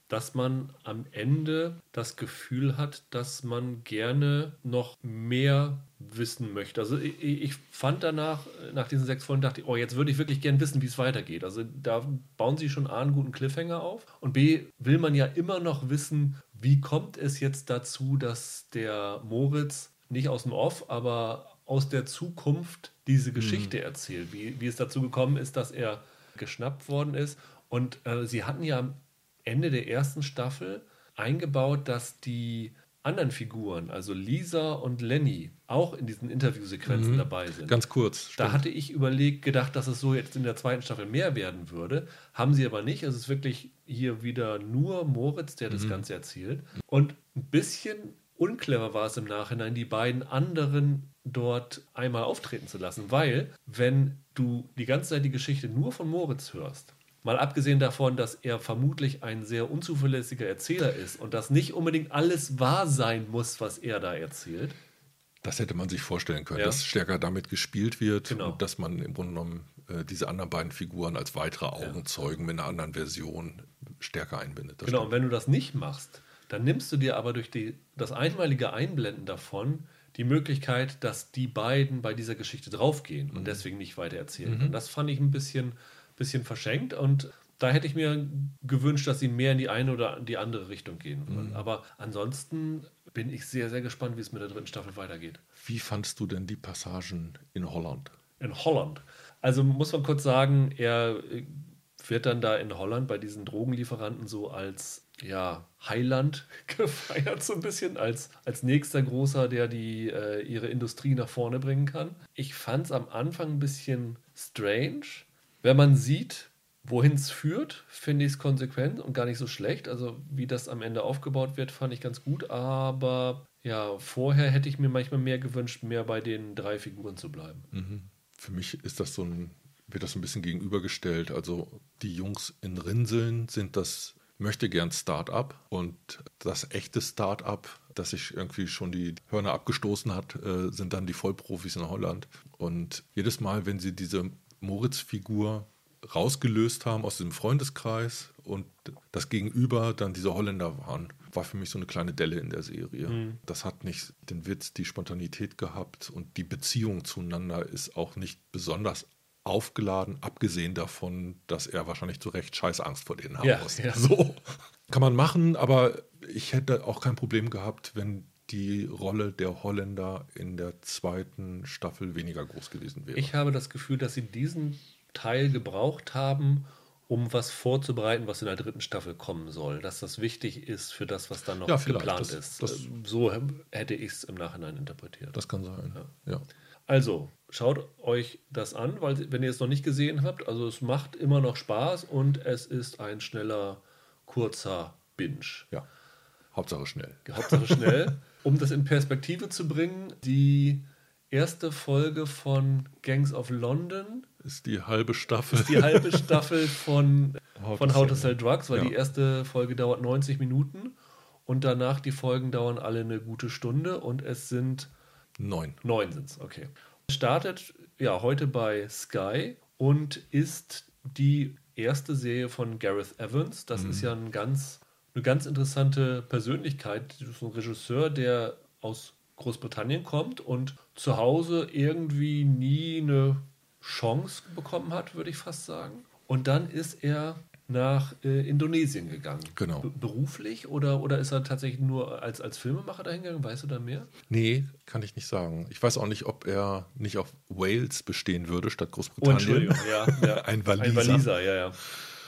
dass man am Ende das Gefühl hat, dass man gerne noch mehr wissen möchte. Also ich, ich fand danach, nach diesen sechs Folgen, dachte ich, oh, jetzt würde ich wirklich gern wissen, wie es weitergeht. Also da bauen sie schon A, einen guten Cliffhanger auf und B, will man ja immer noch wissen, wie kommt es jetzt dazu, dass der Moritz nicht aus dem Off, aber aus der Zukunft diese Geschichte mhm. erzählt. Wie, wie es dazu gekommen ist, dass er geschnappt worden ist. Und äh, sie hatten ja am Ende der ersten Staffel eingebaut, dass die anderen Figuren, also Lisa und Lenny, auch in diesen Interviewsequenzen mhm. dabei sind. Ganz kurz. Da hatte ich überlegt, gedacht, dass es so jetzt in der zweiten Staffel mehr werden würde. Haben sie aber nicht. Es ist wirklich hier wieder nur Moritz, der das mhm. Ganze erzählt. Und ein bisschen unclever war es im Nachhinein, die beiden anderen dort einmal auftreten zu lassen. Weil, wenn du die ganze Zeit die Geschichte nur von Moritz hörst, mal abgesehen davon, dass er vermutlich ein sehr unzuverlässiger Erzähler ist und dass nicht unbedingt alles wahr sein muss, was er da erzählt. Das hätte man sich vorstellen können, ja. dass stärker damit gespielt wird genau. und dass man im Grunde genommen äh, diese anderen beiden Figuren als weitere Augenzeugen ja. mit einer anderen Version stärker einbindet. Das genau, stimmt. Und wenn du das nicht machst, dann nimmst du dir aber durch die, das einmalige Einblenden davon die Möglichkeit, dass die beiden bei dieser Geschichte draufgehen und mhm. deswegen nicht weiter erzählen. Mhm. Und das fand ich ein bisschen... bisschen verschenkt und da hätte ich mir gewünscht, dass sie mehr in die eine oder die andere Richtung gehen würden. Mhm. Aber ansonsten bin ich sehr, sehr gespannt, wie es mit der dritten Staffel weitergeht. Wie fandst du denn die Passagen in Holland? In Holland? Also muss man kurz sagen, er wird dann da in Holland bei diesen Drogenlieferanten so als ja, Heiland gefeiert, so ein bisschen, als, als nächster Großer, der die, äh, ihre Industrie nach vorne bringen kann. Ich fand es am Anfang ein bisschen strange. Wenn man sieht, wohin es führt, finde ich es konsequent und gar nicht so schlecht. Also wie das am Ende aufgebaut wird, fand ich ganz gut. Aber ja, vorher hätte ich mir manchmal mehr gewünscht, mehr bei den drei Figuren zu bleiben. Mhm. Für mich ist das so ein, wird das ein bisschen gegenübergestellt. Also die Jungs in Rinseln sind das möchte gern Start-up und das echte Start-up, das sich irgendwie schon die Hörner abgestoßen hat, äh, sind dann die Vollprofis in Holland. Und jedes Mal, wenn sie diese Moritz-Figur rausgelöst haben aus diesem Freundeskreis und das Gegenüber dann diese Holländer waren, war für mich so eine kleine Delle in der Serie. Mhm. Das hat nicht den Witz, die Spontanität gehabt und die Beziehung zueinander ist auch nicht besonders aufgeladen, abgesehen davon, dass er wahrscheinlich zu Recht scheiß Angst vor denen haben ja, muss. Ja. So kann man machen, aber ich hätte auch kein Problem gehabt, wenn die Rolle der Holländer in der zweiten Staffel weniger groß gewesen wäre. Ich habe das Gefühl, dass sie diesen Teil gebraucht haben, um was vorzubereiten, was in der dritten Staffel kommen soll. Dass das wichtig ist für das, was dann noch ja, geplant das, ist. Das, so hätte ich es im Nachhinein interpretiert. Das kann sein, ja. ja. Also, schaut euch das an, weil wenn ihr es noch nicht gesehen habt, also es macht immer noch Spaß und es ist ein schneller, kurzer Binge. Ja, Hauptsache schnell. Hauptsache schnell. Um das in Perspektive zu bringen, die erste Folge von Gangs of London ist die halbe Staffel. Ist die halbe Staffel von, How von to How to Sell Sell Drugs, weil ja. die erste Folge dauert neunzig Minuten und danach die Folgen dauern alle eine gute Stunde und es sind neun. Neun sind es, okay. Startet ja heute bei Sky und ist die erste Serie von Gareth Evans. Das mhm. ist ja ein ganz, eine ganz interessante Persönlichkeit. Das ist ein Regisseur, der aus Großbritannien kommt und zu Hause irgendwie nie eine Chance bekommen hat, würde ich fast sagen. Und dann ist er nach äh, Indonesien gegangen. Genau. Be- beruflich oder, oder ist er tatsächlich nur als, als Filmemacher dahin gegangen? Weißt du da mehr? Nee, kann ich nicht sagen. Ich weiß auch nicht, ob er nicht auf Wales bestehen würde statt Oh, Großbritannien. Entschuldigung, ja. ja. Ein Waliser. Ein Waliser, ja, ja.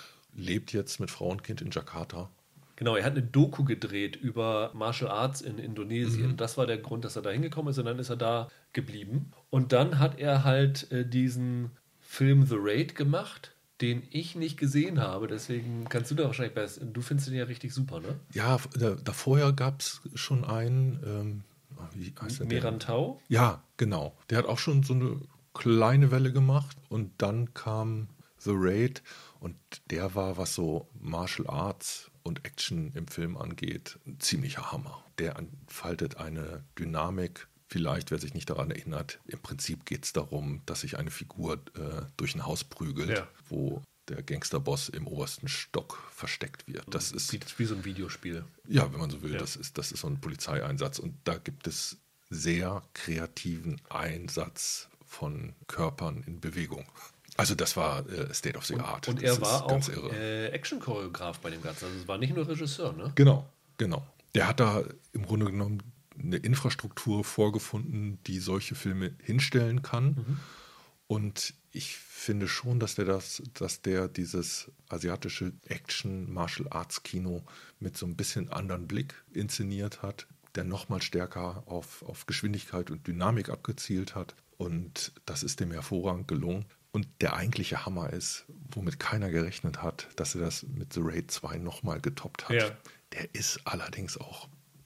Lebt jetzt mit Frau und Kind in Jakarta. Genau, er hat eine Doku gedreht über Martial Arts in Indonesien. Mhm. Das war der Grund, dass er da hingekommen ist und dann ist er da geblieben. Und dann hat er halt äh, diesen Film The Raid gemacht, den ich nicht gesehen habe. Deswegen kannst du da wahrscheinlich besser. Du findest den ja richtig super, ne? Ja, da, da vorher gab es schon einen. Ähm, wie heißt der? Merantau? Ja, genau. Der hat auch schon so eine kleine Welle gemacht und dann kam The Raid und der war, was so Martial Arts und Action im Film angeht, ein ziemlicher Hammer. Der entfaltet eine Dynamik. Vielleicht, wer sich nicht daran erinnert, im Prinzip geht es darum, dass sich eine Figur äh, durch ein Haus prügelt, ja. wo der Gangsterboss im obersten Stock versteckt wird. Das ist wie, wie so ein Videospiel. Ja, wenn man so will, Ja. das ist, das ist so ein Polizeieinsatz. Und da gibt es sehr kreativen Einsatz von Körpern in Bewegung. Also das war äh, State of the Art. Und das er war ganz auch irre. äh, Action-Choreograf bei dem Ganzen. Also es war nicht nur Regisseur, ne? Genau, genau. Der hat da im Grunde genommen eine Infrastruktur vorgefunden, die solche Filme hinstellen kann. Mhm. Und ich finde schon, dass der das, dass der dieses asiatische Action-Martial-Arts-Kino mit so ein bisschen anderen Blick inszeniert hat, der nochmal stärker auf, auf Geschwindigkeit und Dynamik abgezielt hat. Und das ist dem hervorragend gelungen. Und der eigentliche Hammer ist, womit keiner gerechnet hat, dass er das mit The Raid zwei nochmal getoppt hat. Ja. Der ist allerdings auch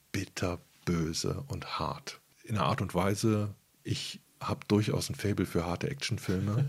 bitterböse und hart. In einer Art und Weise, ich habe durchaus ein Faible für harte Actionfilme,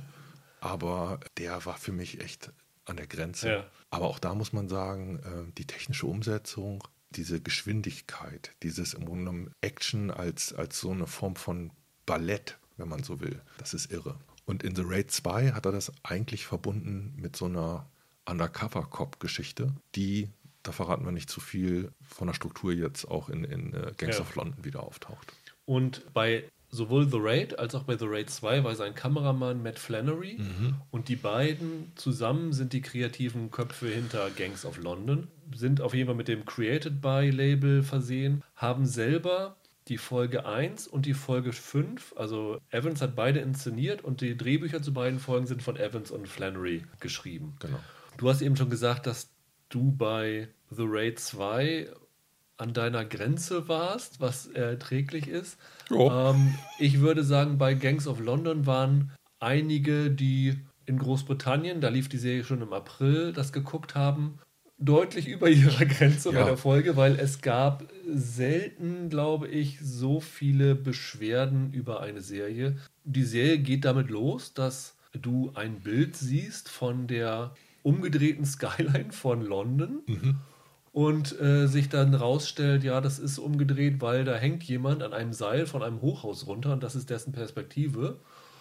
aber der war für mich echt an der Grenze. Ja. Aber auch da muss man sagen, äh, die technische Umsetzung, diese Geschwindigkeit, dieses im Grunde genommen Action als, als so eine Form von Ballett, wenn man so will, das ist irre. Und in The Raid zwei hat er das eigentlich verbunden mit so einer Undercover-Cop-Geschichte, die, da verraten wir nicht zu viel, von der Struktur jetzt auch in, in äh, Gangs Ja. of London wieder auftaucht. Und bei sowohl The Raid als auch bei The Raid zwei war sein Kameramann Matt Flannery. Mhm. Und die beiden zusammen sind die kreativen Köpfe hinter Gangs of London, sind auf jeden Fall mit dem Created by Label versehen, haben selber die Folge eins und die Folge fünf, also Evans hat beide inszeniert und die Drehbücher zu beiden Folgen sind von Evans und Flannery geschrieben. Genau. Du hast eben schon gesagt, dass du bei The Raid zwei an deiner Grenze warst, was erträglich ist. Ja. Ähm, ich würde sagen, bei Gangs of London waren einige, die in Großbritannien, da lief die Serie schon im April, das geguckt haben, deutlich über ihrer Grenze Ja. bei der Folge, weil es gab selten, glaube ich, so viele Beschwerden über eine Serie. Die Serie geht damit los, dass du ein Bild siehst von der umgedrehten Skyline von London Mhm. und äh, sich dann rausstellt, ja, das ist umgedreht, weil da hängt jemand an einem Seil von einem Hochhaus runter und das ist dessen Perspektive.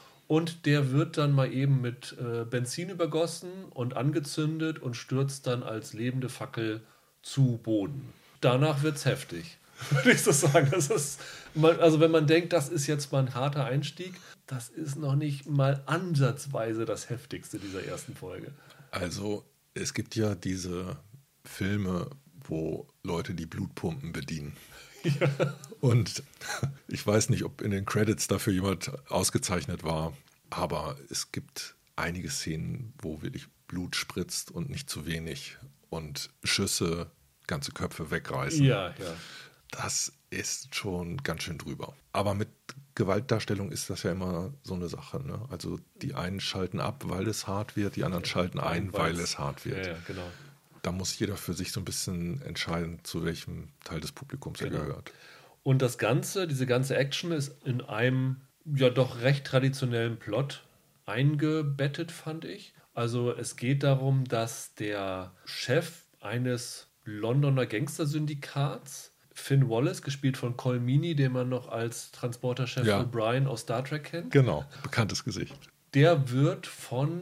Und der wird dann mal eben mit äh, Benzin übergossen und angezündet und stürzt dann als lebende Fackel zu Boden. Danach wird's heftig, würde ich so sagen. Das ist mal, also wenn man denkt, das ist jetzt mal ein harter Einstieg, das ist noch nicht mal ansatzweise das Heftigste dieser ersten Folge. Also es gibt ja diese Filme, wo Leute die Blutpumpen bedienen. Ja. Und ich weiß nicht, ob in den Credits dafür jemand ausgezeichnet war, aber es gibt einige Szenen, wo wirklich Blut spritzt und nicht zu wenig und Schüsse ganze Köpfe wegreißen. Ja, ja. Das ist schon ganz schön drüber. Aber mit Gewaltdarstellung ist das ja immer so eine Sache. Ne? Also die einen schalten ab, weil es hart wird, die anderen schalten ein, weil es hart wird. Ja, ja, genau. Da muss jeder für sich so ein bisschen entscheiden, zu welchem Teil des Publikums Genau. er gehört. Und das Ganze, diese ganze Action ist in einem ja doch recht traditionellen Plot eingebettet, fand ich. Also es geht darum, dass der Chef eines Londoner Gangster-Syndikats, Finn Wallace, gespielt von Col Meany, den man noch als Transporterchef Ja. O'Brien aus Star Trek kennt, Genau, bekanntes Gesicht. der wird von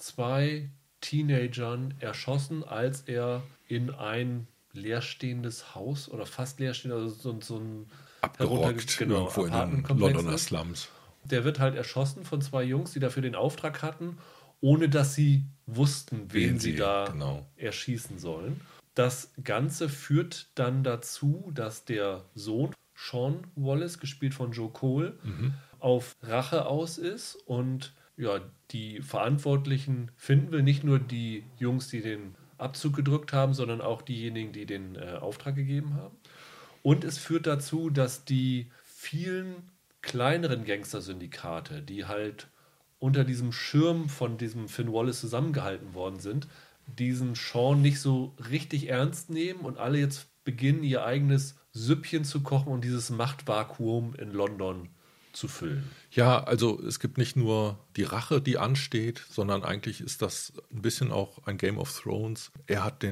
zwei Teenagern erschossen, als er in ein leerstehendes Haus oder fast leerstehend, also so, so ein Abgerockt herunterge- genau, irgendwo in den Apartmentkomplex Londoner ist. Slums. Der wird halt erschossen von zwei Jungs, die dafür den Auftrag hatten, ohne dass sie wussten, wen, Wen sie sie, da genau. erschießen sollen. Das Ganze führt dann dazu, dass der Sohn Sean Wallace, gespielt von Joe Cole, Mhm. auf Rache aus ist und ja, die Verantwortlichen finden will, nicht nur die Jungs, die den Abzug gedrückt haben, sondern auch diejenigen, die den äh, Auftrag gegeben haben. Und es führt dazu, dass die vielen kleineren Gangster-Syndikate, die halt unter diesem Schirm von diesem Finn Wallace zusammengehalten worden sind, diesen Sean nicht so richtig ernst nehmen und alle jetzt beginnen, ihr eigenes Süppchen zu kochen und dieses Machtvakuum in London zu füllen. Ja, also es gibt nicht nur die Rache, die ansteht, sondern eigentlich ist das ein bisschen auch ein Game of Thrones. Er hat den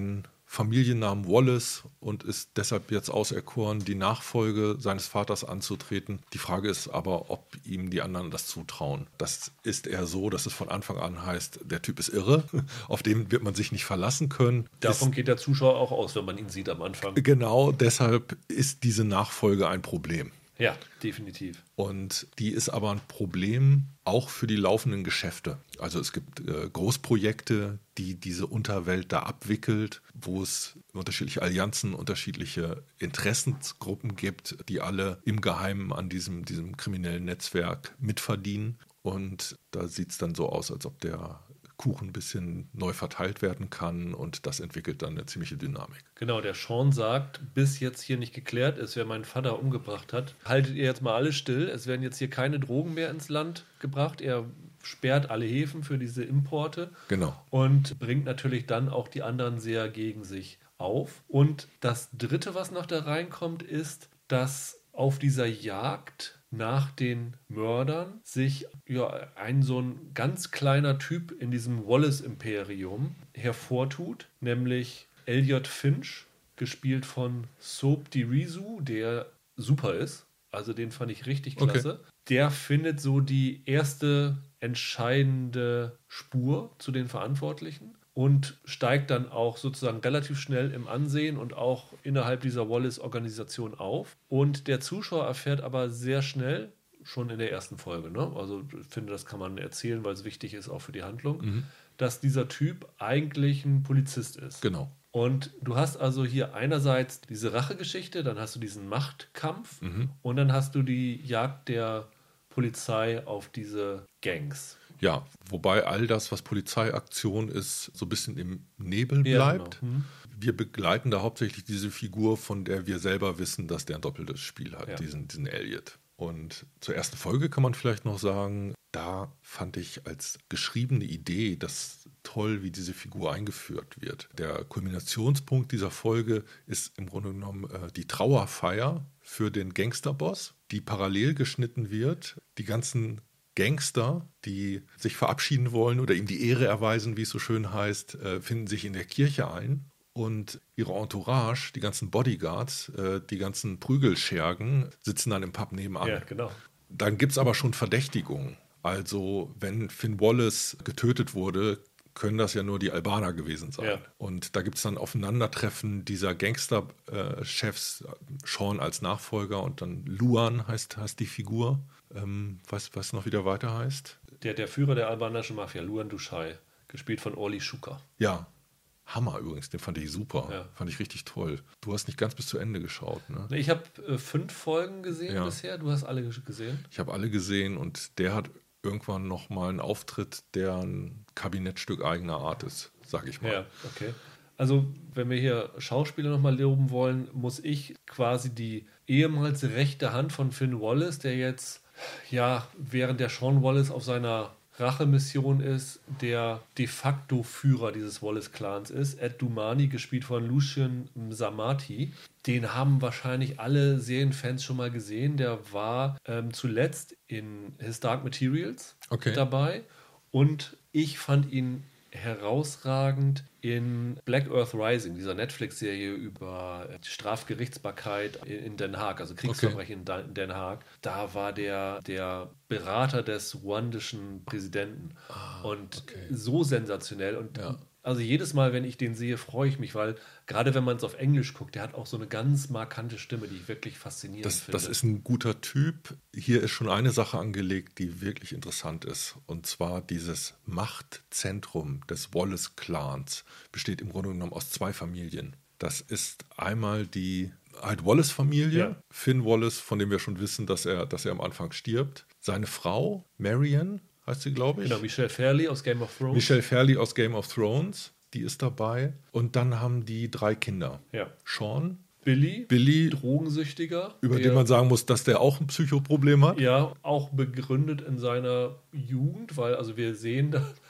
Familiennamen Wallace und ist deshalb jetzt auserkoren, die Nachfolge seines Vaters anzutreten. Die Frage ist aber, ob ihm die anderen das zutrauen. Das ist eher so, dass es von Anfang an heißt, der Typ ist irre, auf den wird man sich nicht verlassen können. Davon ist, geht der Zuschauer auch aus, wenn man ihn sieht am Anfang. Genau, deshalb ist diese Nachfolge ein Problem. Ja, definitiv. Und die ist aber ein Problem auch für die laufenden Geschäfte. Also es gibt äh, Großprojekte, die diese Unterwelt da abwickelt, wo es unterschiedliche Allianzen, unterschiedliche Interessensgruppen gibt, die alle im Geheimen an diesem, diesem kriminellen Netzwerk mitverdienen. Und da sieht es dann so aus, als ob der Kuchen ein bisschen neu verteilt werden kann und das entwickelt dann eine ziemliche Dynamik. Genau, der Sean sagt, bis jetzt hier nicht geklärt ist, wer meinen Vater umgebracht hat, haltet ihr jetzt mal alle still, es werden jetzt hier keine Drogen mehr ins Land gebracht, er sperrt alle Häfen für diese Importe. Genau. Und bringt natürlich dann auch die anderen sehr gegen sich auf. Und das Dritte, was noch da reinkommt, ist, dass auf dieser Jagd nach den Mördern sich ja, ein so ein ganz kleiner Typ in diesem Wallace-Imperium hervortut, nämlich Elliot Finch, gespielt von Soap Dirisu, der super ist. Also den fand ich richtig klasse. Okay. Der findet so die erste entscheidende Spur zu den Verantwortlichen und steigt dann auch sozusagen relativ schnell im Ansehen und auch innerhalb dieser Wallace-Organisation auf. Und der Zuschauer erfährt aber sehr schnell, schon in der ersten Folge, ne? Also ich finde, das kann man erzählen, weil es wichtig ist auch für die Handlung, mhm. dass dieser Typ eigentlich ein Polizist ist. Genau. Und du hast also hier einerseits diese Rachegeschichte, dann hast du diesen Machtkampf mhm. und dann hast du die Jagd der Polizei auf diese Gangs. Ja, wobei all das, was Polizeiaktion ist, so ein bisschen im Nebel bleibt. Ja, genau. mhm. Wir begleiten da hauptsächlich diese Figur, von der wir selber wissen, dass der ein doppeltes Spiel hat, ja. diesen, diesen Elliot. Und zur ersten Folge kann man vielleicht noch sagen, da fand ich als geschriebene Idee das toll, wie diese Figur eingeführt wird. Der Kulminationspunkt dieser Folge ist im Grunde genommen äh, die Trauerfeier für den Gangsterboss, die parallel geschnitten wird. Die ganzen Gangster, die sich verabschieden wollen oder ihm die Ehre erweisen, wie es so schön heißt, äh, finden sich in der Kirche ein. Und ihre Entourage, die ganzen Bodyguards, äh, die ganzen Prügelschergen, sitzen dann im Pub nebenan. Ja, genau. Dann gibt es aber schon Verdächtigungen. Also wenn Finn Wallace getötet wurde, können das ja nur die Albaner gewesen sein. Ja. Und da gibt es dann Aufeinandertreffen dieser Gangster-Chefs, äh, Sean als Nachfolger und dann Luan heißt, heißt die Figur. Ähm, weißt du, was noch wieder weiter heißt? Der, der Führer der albanischen Mafia, Luan Dushai, gespielt von Orli Shuka. Ja. Hammer übrigens, den fand ich super, ja. fand ich richtig toll. Du hast nicht ganz bis zu Ende geschaut, ne? Ich habe äh, fünf Folgen gesehen ja. bisher, du hast alle gesehen? Ich habe alle gesehen und der hat irgendwann nochmal einen Auftritt, der ein Kabinettstück eigener Art ist, sag ich mal. Ja, okay. Also wenn wir hier Schauspieler nochmal loben wollen, muss ich quasi die ehemals rechte Hand von Finn Wallace, der jetzt, ja, während der Sean Wallace auf seiner Rachemission ist, der de facto Führer dieses Wallace-Clans ist. Ed Dumani, gespielt von Lucien Msamati. Den haben wahrscheinlich alle Serienfans schon mal gesehen. Der war ähm, zuletzt in His Dark Materials okay. dabei. Und ich fand ihn herausragend in Black Earth Rising, dieser Netflix-Serie über die Strafgerichtsbarkeit in Den Haag, also Kriegsverbrechen okay. in Den Haag. Da war der der Berater des ruandischen Präsidenten. Ah, und okay. so sensationell. Und ja. also jedes Mal, wenn ich den sehe, freue ich mich, weil gerade wenn man es auf Englisch guckt, der hat auch so eine ganz markante Stimme, die ich wirklich faszinierend das, finde. Das ist ein guter Typ. Hier ist schon eine Sache angelegt, die wirklich interessant ist. Und zwar dieses Machtzentrum des Wallace-Clans besteht im Grunde genommen aus zwei Familien. Das ist einmal die halt Wallace-Familie, ja. Finn Wallace, von dem wir schon wissen, dass er, dass er am Anfang stirbt. Seine Frau, Marion, heißt sie, glaube ich. Genau, Michelle Fairley aus Game of Thrones. Michelle Fairley aus Game of Thrones, die ist dabei. Und dann haben die drei Kinder. Ja. Sean, Billy, Billy, Drogensüchtiger. Über den man sagen muss, dass der auch ein Psychoproblem hat. Ja, auch begründet in seiner Jugend, weil also wir sehen, dass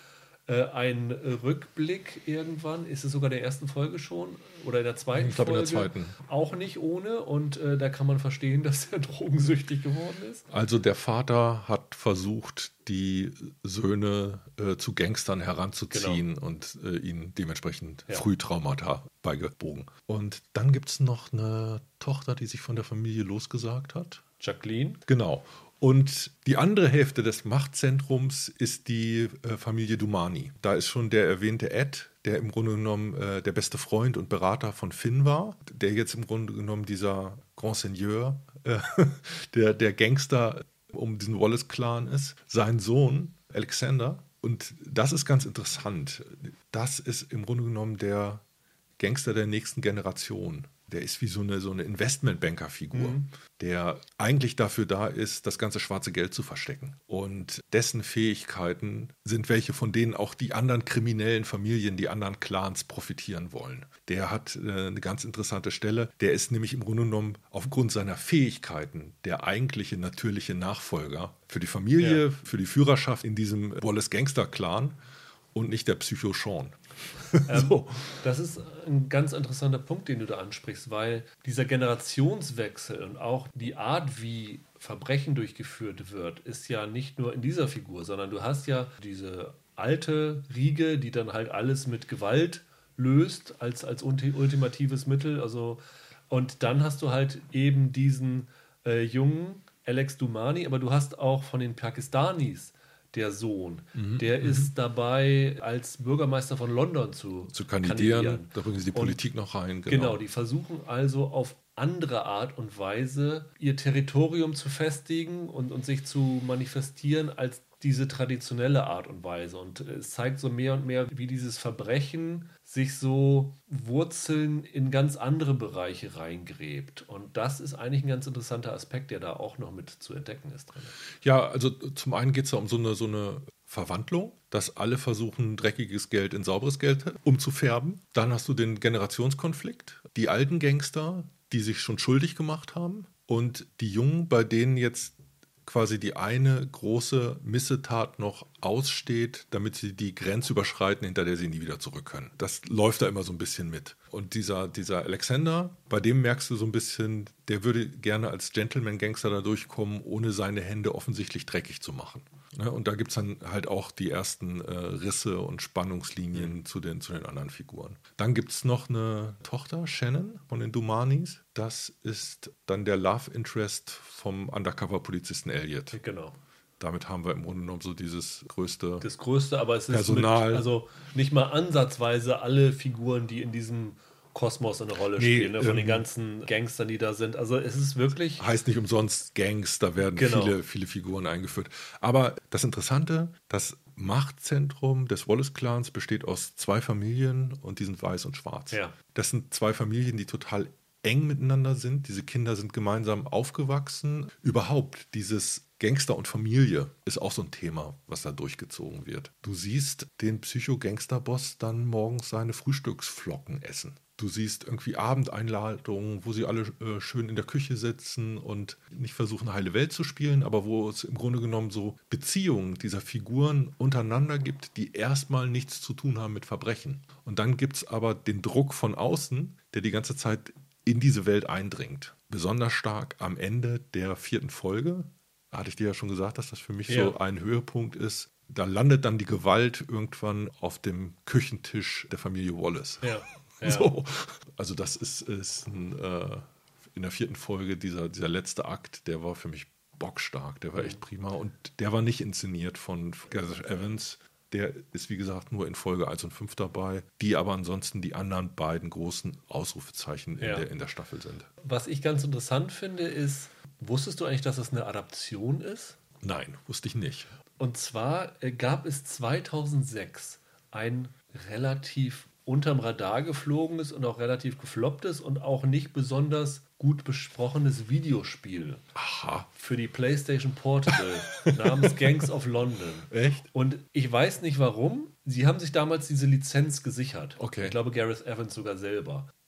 äh, ein Rückblick irgendwann, ist es sogar in der ersten Folge schon oder in der zweiten Ich glaube in Folge? der zweiten. Auch nicht ohne und äh, da kann man verstehen, dass er drogensüchtig geworden ist. Also der Vater hat versucht, die Söhne äh, zu Gangstern heranzuziehen Genau. und äh, ihnen dementsprechend Ja. früh Traumata beigebogen. Und dann gibt es noch eine Tochter, die sich von der Familie losgesagt hat. Jacqueline. Genau. Und die andere Hälfte des Machtzentrums ist die äh, Familie Dumani. Da ist schon der erwähnte Ed, der im Grunde genommen äh, der beste Freund und Berater von Finn war, der jetzt im Grunde genommen dieser Grand Seigneur, äh, der, der Gangster um diesen Wallace-Clan ist. Sein Sohn, Alexander. Und das ist ganz interessant. Das ist im Grunde genommen der Gangster der nächsten Generation. Der ist wie so eine, so eine Investmentbanker-Figur, mhm. der eigentlich dafür da ist, das ganze schwarze Geld zu verstecken. Und dessen Fähigkeiten sind welche, von denen auch die anderen kriminellen Familien, die anderen Clans profitieren wollen. Der hat äh, eine ganz interessante Stelle. Der ist nämlich im Grunde genommen aufgrund seiner Fähigkeiten der eigentliche natürliche Nachfolger für die Familie, ja. für die Führerschaft in diesem Wallace-Gangster-Clan und nicht der Psycho Sean. Ähm, so. Das ist ein ganz interessanter Punkt, den du da ansprichst, weil dieser Generationswechsel und auch die Art, wie Verbrechen durchgeführt wird, ist ja nicht nur in dieser Figur, sondern du hast ja diese alte Riege, die dann halt alles mit Gewalt löst als, als ultimatives Mittel. Also, und dann hast du halt eben diesen äh, jungen Alex Dumani, aber du hast auch von den Pakistanis der Sohn, mhm. der mhm. ist dabei, als Bürgermeister von London zu, zu kandidieren. kandidieren. Da bringen sie die und Politik noch rein. Genau. genau, die versuchen also auf andere Art und Weise ihr Territorium zu festigen und, und sich zu manifestieren als diese traditionelle Art und Weise. Und es zeigt so mehr und mehr, wie dieses Verbrechen sich so Wurzeln in ganz andere Bereiche reingräbt. Und das ist eigentlich ein ganz interessanter Aspekt, der da auch noch mit zu entdecken ist drin. Ja, also zum einen geht es da um so eine, so eine Verwandlung, dass alle versuchen, dreckiges Geld in sauberes Geld umzufärben. Dann hast du den Generationskonflikt, die alten Gangster, die sich schon schuldig gemacht haben und die Jungen, bei denen jetzt quasi die eine große Missetat noch aussteht, damit sie die Grenze überschreiten, hinter der sie nie wieder zurück können. Das läuft da immer so ein bisschen mit. Und dieser, dieser Alexander, bei dem merkst du so ein bisschen, der würde gerne als Gentleman-Gangster da durchkommen, ohne seine Hände offensichtlich dreckig zu machen. Ne? Und da gibt es dann halt auch die ersten äh, Risse und Spannungslinien zu den, zu den anderen Figuren. Dann gibt es noch eine Tochter, Shannon, von den Dumanis. Das ist dann der Love Interest vom Undercover-Polizisten Elliot. Genau. Damit haben wir im Grunde genommen so dieses größte Das größte, aber es ist Personal. Mit, also nicht mal ansatzweise alle Figuren, die in diesem Kosmos eine Rolle nee, spielen, ne? Von ähm, den ganzen Gangstern, die da sind. Also es ist wirklich... Heißt nicht umsonst Gangs, da werden genau. viele, viele Figuren eingeführt. Aber das Interessante, das Machtzentrum des Wallace-Clans besteht aus zwei Familien und die sind weiß und schwarz. Ja. Das sind zwei Familien, die total eng miteinander sind. Diese Kinder sind gemeinsam aufgewachsen. Überhaupt dieses Gangster und Familie ist auch so ein Thema, was da durchgezogen wird. Du siehst den Psycho-Gangster-Boss dann morgens seine Frühstücksflocken essen. Du siehst irgendwie Abendeinladungen, wo sie alle äh, schön in der Küche sitzen und nicht versuchen, heile Welt zu spielen, aber wo es im Grunde genommen so Beziehungen dieser Figuren untereinander gibt, die erstmal nichts zu tun haben mit Verbrechen. Und dann gibt es aber den Druck von außen, der die ganze Zeit in diese Welt eindringt. Besonders stark am Ende der vierten Folge. Da hatte ich dir ja schon gesagt, dass das für mich ja. so ein Höhepunkt ist. Da landet dann die Gewalt irgendwann auf dem Küchentisch der Familie Wallace. Ja. Ja. So. Also das ist, ist ein, äh, in der vierten Folge dieser, dieser letzte Akt, der war für mich bockstark, der war echt prima und der war nicht inszeniert von Gareth Evans. Der ist, wie gesagt, nur in Folge eins und fünf dabei, die aber ansonsten die anderen beiden großen Ausrufezeichen in, ja. der, in der Staffel sind. Was ich ganz interessant finde, ist, wusstest du eigentlich, dass es eine Adaption ist? Nein, wusste ich nicht. Und zwar äh, gab es zweitausendsechs ein relativ unterm Radar geflogenes und auch relativ geflopptes und auch nicht besonders gut besprochenes Videospiel. Aha. Für die PlayStation Portable namens Gangs of London. Echt? Und ich weiß nicht warum. Sie haben sich damals diese Lizenz gesichert. Okay. Ich glaube, Gareth Evans sogar selber. Ich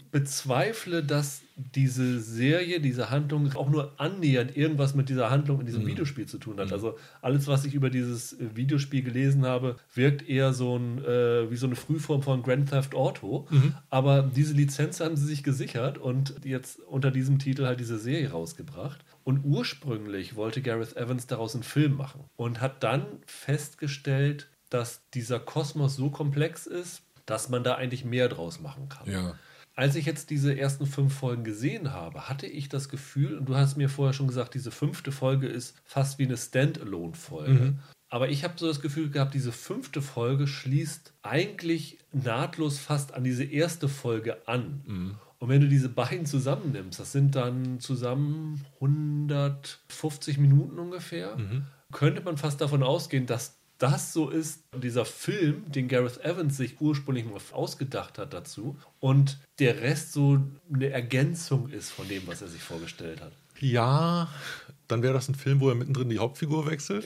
bezweifle, dass diese Serie, diese Handlung auch nur annähernd irgendwas mit dieser Handlung in diesem Mhm. Videospiel zu tun hat. Mhm. Also alles, was ich über dieses äh, Videospiel gelesen habe, wirkt eher so ein, äh, wie so eine Frühform von Grand Theft Auto. Mhm. Aber diese Lizenz haben sie sich gesichert und jetzt unter diesem Titel halt diese Serie rausgebracht. Und ursprünglich wollte Gareth Evans daraus einen Film machen und hat dann festgestellt, dass dieser Kosmos so komplex ist, dass man da eigentlich mehr draus machen kann. Ja. Als ich jetzt diese ersten fünf Folgen gesehen habe, hatte ich das Gefühl, und du hast mir vorher schon gesagt, diese fünfte Folge ist fast wie eine Standalone-Folge. Mhm. Aber ich habe so das Gefühl gehabt, diese fünfte Folge schließt eigentlich nahtlos fast an diese erste Folge an. Mhm. Und wenn du diese beiden zusammennimmst, das sind dann zusammen hundertfünfzig Minuten ungefähr, Mhm. könnte man fast davon ausgehen, dass das so ist, dieser Film, den Gareth Evans sich ursprünglich mal ausgedacht hat dazu und der Rest so eine Ergänzung ist von dem, was er sich vorgestellt hat. Ja, dann wäre das ein Film, wo er mittendrin die Hauptfigur wechselt,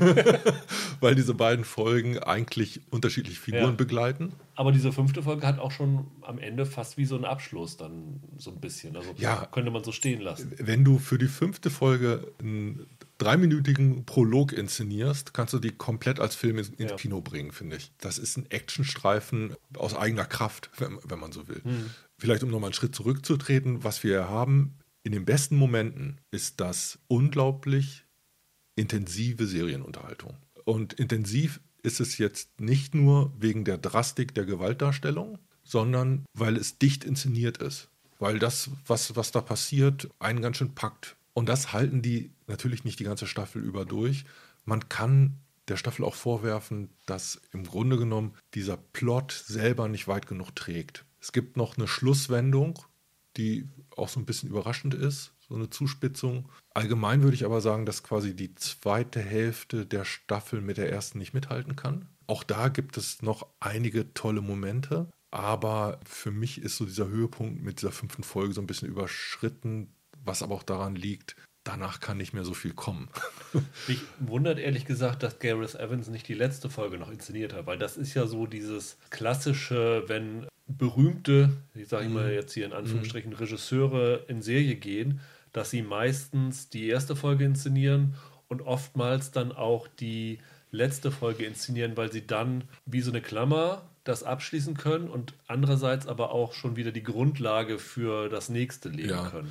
weil diese beiden Folgen eigentlich unterschiedliche Figuren Ja. begleiten. Aber diese fünfte Folge hat auch schon am Ende fast wie so einen Abschluss dann so ein bisschen. Also Ja. könnte man so stehen lassen. Wenn du für die fünfte Folge einen dreiminütigen Prolog inszenierst, kannst du die komplett als Film ins, ins Ja. Kino bringen, finde ich. Das ist ein Actionstreifen aus eigener Kraft, wenn, wenn man so will. Hm. Vielleicht, um nochmal einen Schritt zurückzutreten, was wir haben in den besten Momenten, ist das unglaublich intensive Serienunterhaltung. Und intensiv ist es jetzt nicht nur wegen der Drastik der Gewaltdarstellung, sondern weil es dicht inszeniert ist. Weil das, was, was da passiert, einen ganz schön packt. Und das halten die natürlich nicht die ganze Staffel über durch. Man kann der Staffel auch vorwerfen, dass im Grunde genommen dieser Plot selber nicht weit genug trägt. Es gibt noch eine Schlusswendung, die auch so ein bisschen überraschend ist, so eine Zuspitzung. Allgemein würde ich aber sagen, dass quasi die zweite Hälfte der Staffel mit der ersten nicht mithalten kann. Auch da gibt es noch einige tolle Momente, aber für mich ist so dieser Höhepunkt mit dieser fünften Folge so ein bisschen überschritten, was aber auch daran liegt, danach kann nicht mehr so viel kommen. Mich wundert ehrlich gesagt, dass Gareth Evans nicht die letzte Folge noch inszeniert hat, weil das ist ja so dieses klassische, wenn berühmte, ich sage mal jetzt hier in Anführungsstrichen, Regisseure in Serie gehen, dass sie meistens die erste Folge inszenieren und oftmals dann auch die letzte Folge inszenieren, weil sie dann wie so eine Klammer das abschließen können und andererseits aber auch schon wieder die Grundlage für das nächste legen Ja. können.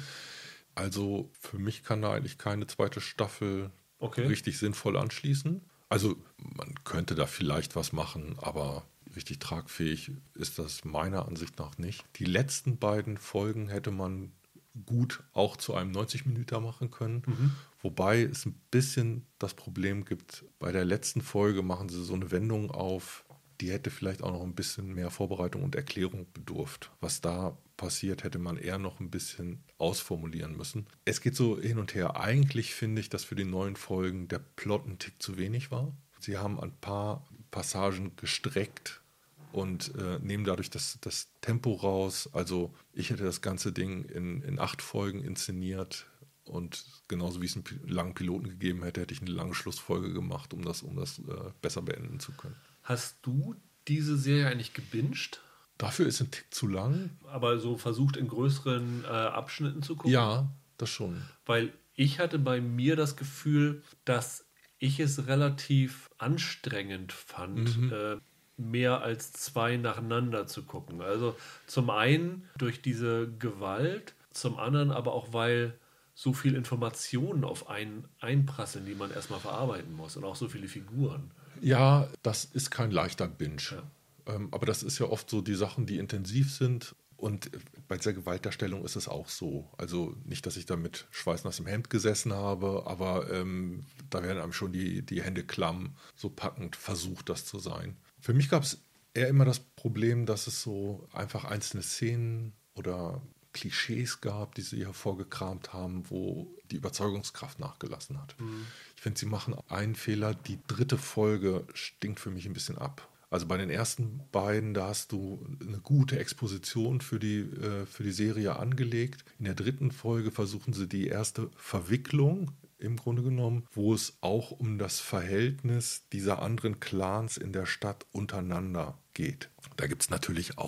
Also für mich kann da eigentlich keine zweite Staffel Okay. richtig sinnvoll anschließen. Also man könnte da vielleicht was machen, aber richtig tragfähig ist das meiner Ansicht nach nicht. Die letzten beiden Folgen hätte man gut auch zu einem neunzig Minuten machen können. Mhm. Wobei es ein bisschen das Problem gibt, bei der letzten Folge machen sie so eine Wendung auf, die hätte vielleicht auch noch ein bisschen mehr Vorbereitung und Erklärung bedurft. Was da passiert, hätte man eher noch ein bisschen ausformulieren müssen. Es geht so hin und her. Eigentlich finde ich, dass für die neuen Folgen der Plot ein Tick zu wenig war. Sie haben ein paar Passagen gestreckt und äh, nehmen dadurch das, das Tempo raus. Also ich hätte das ganze Ding in, in acht Folgen inszeniert und genauso wie es einen Pi- langen Piloten gegeben hätte, hätte ich eine lange Schlussfolge gemacht, um das, um das äh, besser beenden zu können. Hast du diese Serie eigentlich gebinged? Dafür ist ein Tick zu lang. Aber so versucht in größeren äh, Abschnitten zu gucken? Ja, das schon. Weil ich hatte bei mir das Gefühl, dass ich es relativ anstrengend fand, Mhm. äh, mehr als zwei nacheinander zu gucken. Also zum einen durch diese Gewalt, zum anderen aber auch, weil so viel Informationen auf einen einprasseln, die man erstmal verarbeiten muss und auch so viele Figuren. Ja, das ist kein leichter Binge. Ja. Ähm, aber das ist ja oft so die Sachen, die intensiv sind. Und bei dieser Gewaltdarstellung ist es auch so. Also nicht, dass ich da mit schweißnass im Hemd gesessen habe, aber ähm, da werden einem schon die, die Hände klamm, so packend versucht das zu sein. Für mich gab es eher immer das Problem, dass es so einfach einzelne Szenen oder Klischees gab, die sie hervorgekramt haben, wo die Überzeugungskraft nachgelassen hat. Mhm. Ich finde, sie machen einen Fehler. Die dritte Folge stinkt für mich ein bisschen ab. Also bei den ersten beiden, da hast du eine gute Exposition für die, äh, für die Serie angelegt. In der dritten Folge versuchen sie die erste Verwicklung im Grunde genommen, wo es auch um das Verhältnis dieser anderen Clans in der Stadt untereinander geht. Da gibt es natürlich auch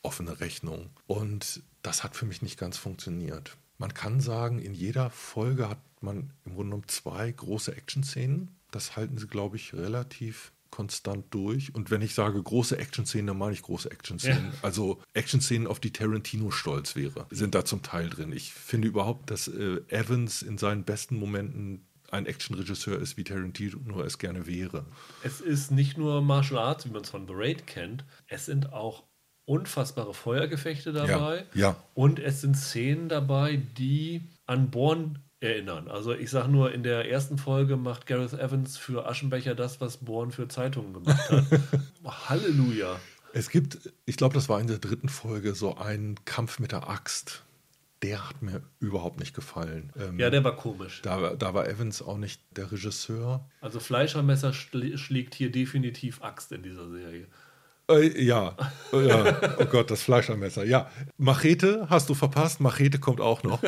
offene Rechnung. Und das hat für mich nicht ganz funktioniert. Man kann sagen, in jeder Folge hat man im Grunde genommen zwei große Action-Szenen. Das halten sie, glaube ich, relativ konstant durch. Und wenn ich sage große Action-Szenen, dann meine ich große Action-Szenen. Ja. Also Action-Szenen, auf die Tarantino stolz wäre, sind da zum Teil drin. Ich finde überhaupt, dass äh, Evans in seinen besten Momenten ein Action-Regisseur ist, wie Tarantino es gerne wäre. Es ist nicht nur Martial Arts, wie man es von The Raid kennt. Es sind auch unfassbare Feuergefechte dabei. Ja, ja. Und es sind Szenen dabei, die an Bourne erinnern. Also ich sage nur, in der ersten Folge macht Gareth Evans für Aschenbecher das, was Bourne für Zeitungen gemacht hat. Halleluja. Es gibt, ich glaube, das war in der dritten Folge, so einen Kampf mit der Axt. Der hat mir überhaupt nicht gefallen. Ähm, ja, der war komisch. Da, da war Evans auch nicht der Regisseur. Also Fleischermesser schl- schlägt hier definitiv Axt in dieser Serie. Äh, ja. ja, oh Gott, das Fleischermesser. Ja, Machete hast du verpasst. Machete kommt auch noch.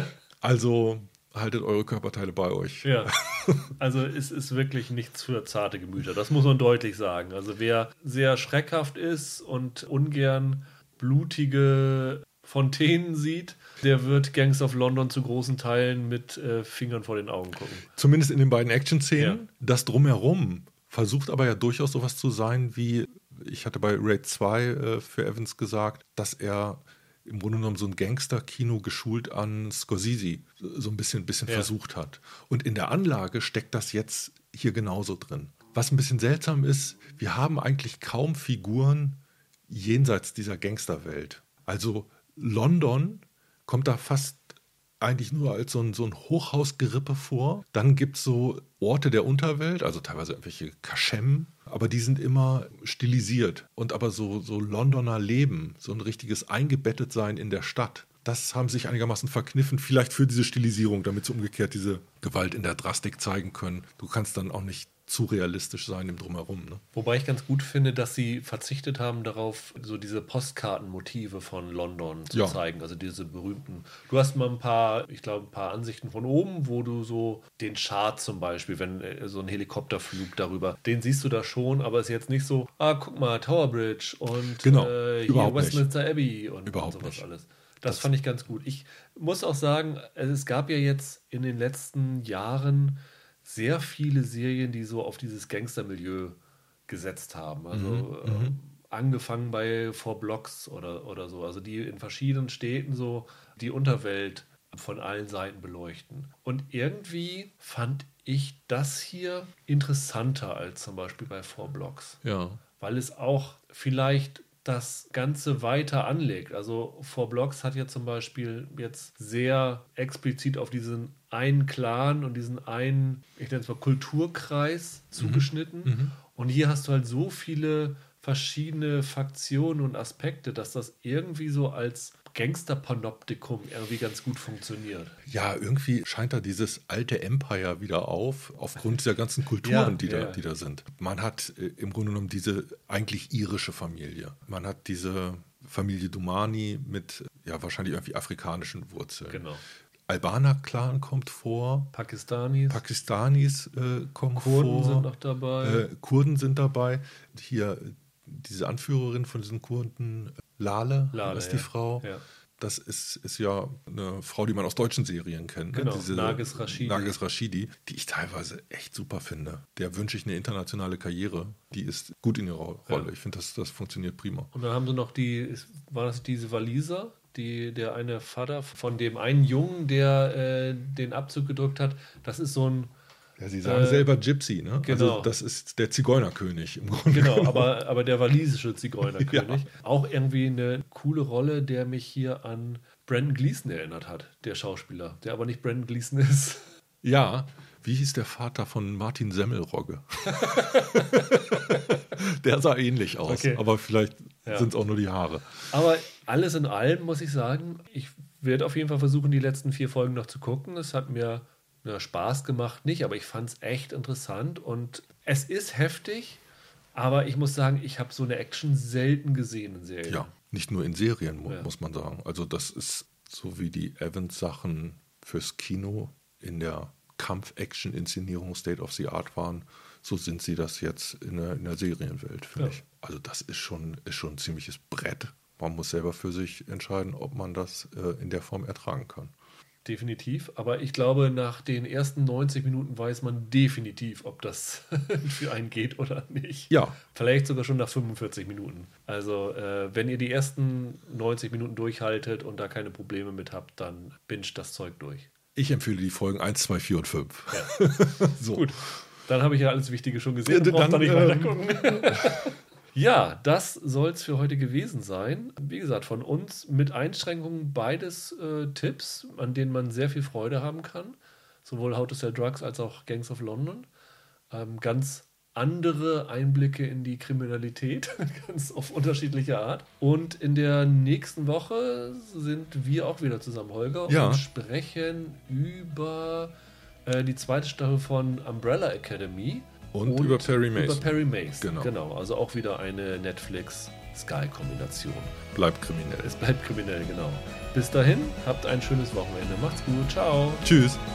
Also haltet eure Körperteile bei euch. Ja, also es ist wirklich nichts für zarte Gemüter. Das muss man deutlich sagen. Also wer sehr schreckhaft ist und ungern blutige Fontänen sieht, der wird Gangs of London zu großen Teilen mit äh, Fingern vor den Augen gucken. Zumindest in den beiden Action-Szenen. Ja. Das Drumherum versucht aber ja durchaus sowas zu sein, wie ich hatte bei Raid zwei äh, für Evans gesagt, dass er im Grunde genommen so ein Gangster-Kino geschult an Scorsese so ein bisschen, bisschen ja. versucht hat. Und in der Anlage steckt das jetzt hier genauso drin. Was ein bisschen seltsam ist, wir haben eigentlich kaum Figuren jenseits dieser Gangsterwelt. Also London kommt da fast eigentlich nur als so ein, so ein Hochhausgerippe vor. Dann gibt es so Orte der Unterwelt, also teilweise irgendwelche Kaschem, aber die sind immer stilisiert. Und aber so, so Londoner Leben, so ein richtiges Eingebettetsein in der Stadt, das haben sich einigermaßen verkniffen, vielleicht für diese Stilisierung, damit sie umgekehrt diese Gewalt in der Drastik zeigen können. Du kannst dann auch nicht zu realistisch sein im Drumherum. Ne? Wobei ich ganz gut finde, dass sie verzichtet haben darauf, so diese Postkartenmotive von London zu ja. zeigen. Also diese berühmten. Du hast mal ein paar, ich glaube, ein paar Ansichten von oben, wo du so den Chart zum Beispiel, wenn äh, so ein Helikopterflug darüber, den siehst du da schon, aber es ist jetzt nicht so, ah, guck mal, Tower Bridge und genau. äh, hier Westminster nicht. Abbey und, Überhaupt und sowas nicht. alles. Das, das fand ich ganz gut. Ich muss auch sagen, es gab ja jetzt in den letzten Jahren sehr viele Serien, die so auf dieses Gangstermilieu gesetzt haben. Also mhm, äh, angefangen bei Four Blocks oder, oder so. Also die in verschiedenen Städten so die Unterwelt von allen Seiten beleuchten. Und irgendwie fand ich das hier interessanter als zum Beispiel bei Four Blocks. Ja. Weil es auch vielleicht das Ganze weiter anlegt. Also Four Blocks hat ja zum Beispiel jetzt sehr explizit auf diesen einen Clan und diesen einen, ich nenne es mal Kulturkreis zugeschnitten. Mhm. Und hier hast du halt so viele verschiedene Faktionen und Aspekte, dass das irgendwie so als Gangster-Panoptikum irgendwie ganz gut funktioniert. Ja, irgendwie scheint da dieses alte Empire wieder auf, aufgrund dieser ganzen Kulturen, ja, die, ja. da, die da sind. Man hat äh, im Grunde genommen diese eigentlich irische Familie. Man hat diese Familie Dumani mit ja wahrscheinlich irgendwie afrikanischen Wurzeln. Genau. Albaner-Clan kommt vor. Pakistanis. Pakistanis äh, kommen Kurden vor. sind noch dabei. Äh, Kurden sind dabei. Hier diese Anführerin von diesen Kurden, Lale, Lale ist die ja. Frau. Ja. Das ist, ist ja eine Frau, die man aus deutschen Serien kennt. Genau, ne? Diese Nargis Rashidi. Nargis Rashidi, die ich teilweise echt super finde. Der wünsche ich eine internationale Karriere. Die ist gut in ihrer Rolle. Ja. Ich finde, das, das funktioniert prima. Und dann haben sie noch die, war das diese Waliser? Die, der eine Vater von dem einen Jungen, der äh, den Abzug gedrückt hat, das ist so ein... Ja, sie sagen äh, selber Gypsy, ne? Genau. Also das ist der Zigeunerkönig im Grunde. Genau, genommen. aber, aber der walisische Zigeunerkönig. Ja. Auch irgendwie eine coole Rolle, der mich hier an Brendan Gleeson erinnert hat, der Schauspieler, der aber nicht Brendan Gleeson ist. Ja, wie hieß der Vater von Martin Semmelrogge? Der sah ähnlich aus, Okay. aber vielleicht Ja. sind es auch nur die Haare. Aber alles in allem muss ich sagen, ich werde auf jeden Fall versuchen, die letzten vier Folgen noch zu gucken. Es hat mir ja, Spaß gemacht, nicht, aber ich fand es echt interessant und es ist heftig, aber ich muss sagen, ich habe so eine Action selten gesehen in Serien. Ja, nicht nur in Serien, mu- Ja. muss man sagen. Also das ist so wie die Evans-Sachen fürs Kino in der Kampf-Action-Inszenierung State of the Art waren, so sind sie das jetzt in der, in der Serienwelt, finde Ja. ich. Also das ist schon, ist schon ein ziemliches Brett. man muss selber für sich entscheiden, ob man das äh, in der Form ertragen kann. Definitiv, aber ich glaube, nach den ersten neunzig Minuten weiß man definitiv, ob das für einen geht oder nicht. Ja. Vielleicht sogar schon nach fünfundvierzig Minuten. Also, äh, wenn ihr die ersten neunzig Minuten durchhaltet und da keine Probleme mit habt, dann binget das Zeug durch. Ich empfehle die Folgen eins, zwei, vier und fünf. Ja. So. Gut, dann habe ich ja alles Wichtige schon gesehen. Ja, brauche da nicht ähm, weiter gucken. Ja, das soll es für heute gewesen sein. Wie gesagt, von uns mit Einschränkungen beides äh, Tipps, an denen man sehr viel Freude haben kann. Sowohl How to Sell Drugs als auch Gangs of London. Ähm, ganz andere Einblicke in die Kriminalität, ganz auf unterschiedliche Art. Und in der nächsten Woche sind wir auch wieder zusammen, Holger, Ja. und sprechen über äh, die zweite Staffel von Umbrella Academy. Und, und über Perry Mason. Über Perry Mason, Genau. genau. Also auch wieder eine Netflix-Sky-Kombination. Bleibt kriminell. Es bleibt kriminell, genau. Bis dahin, habt ein schönes Wochenende. Macht's gut. Ciao. Tschüss.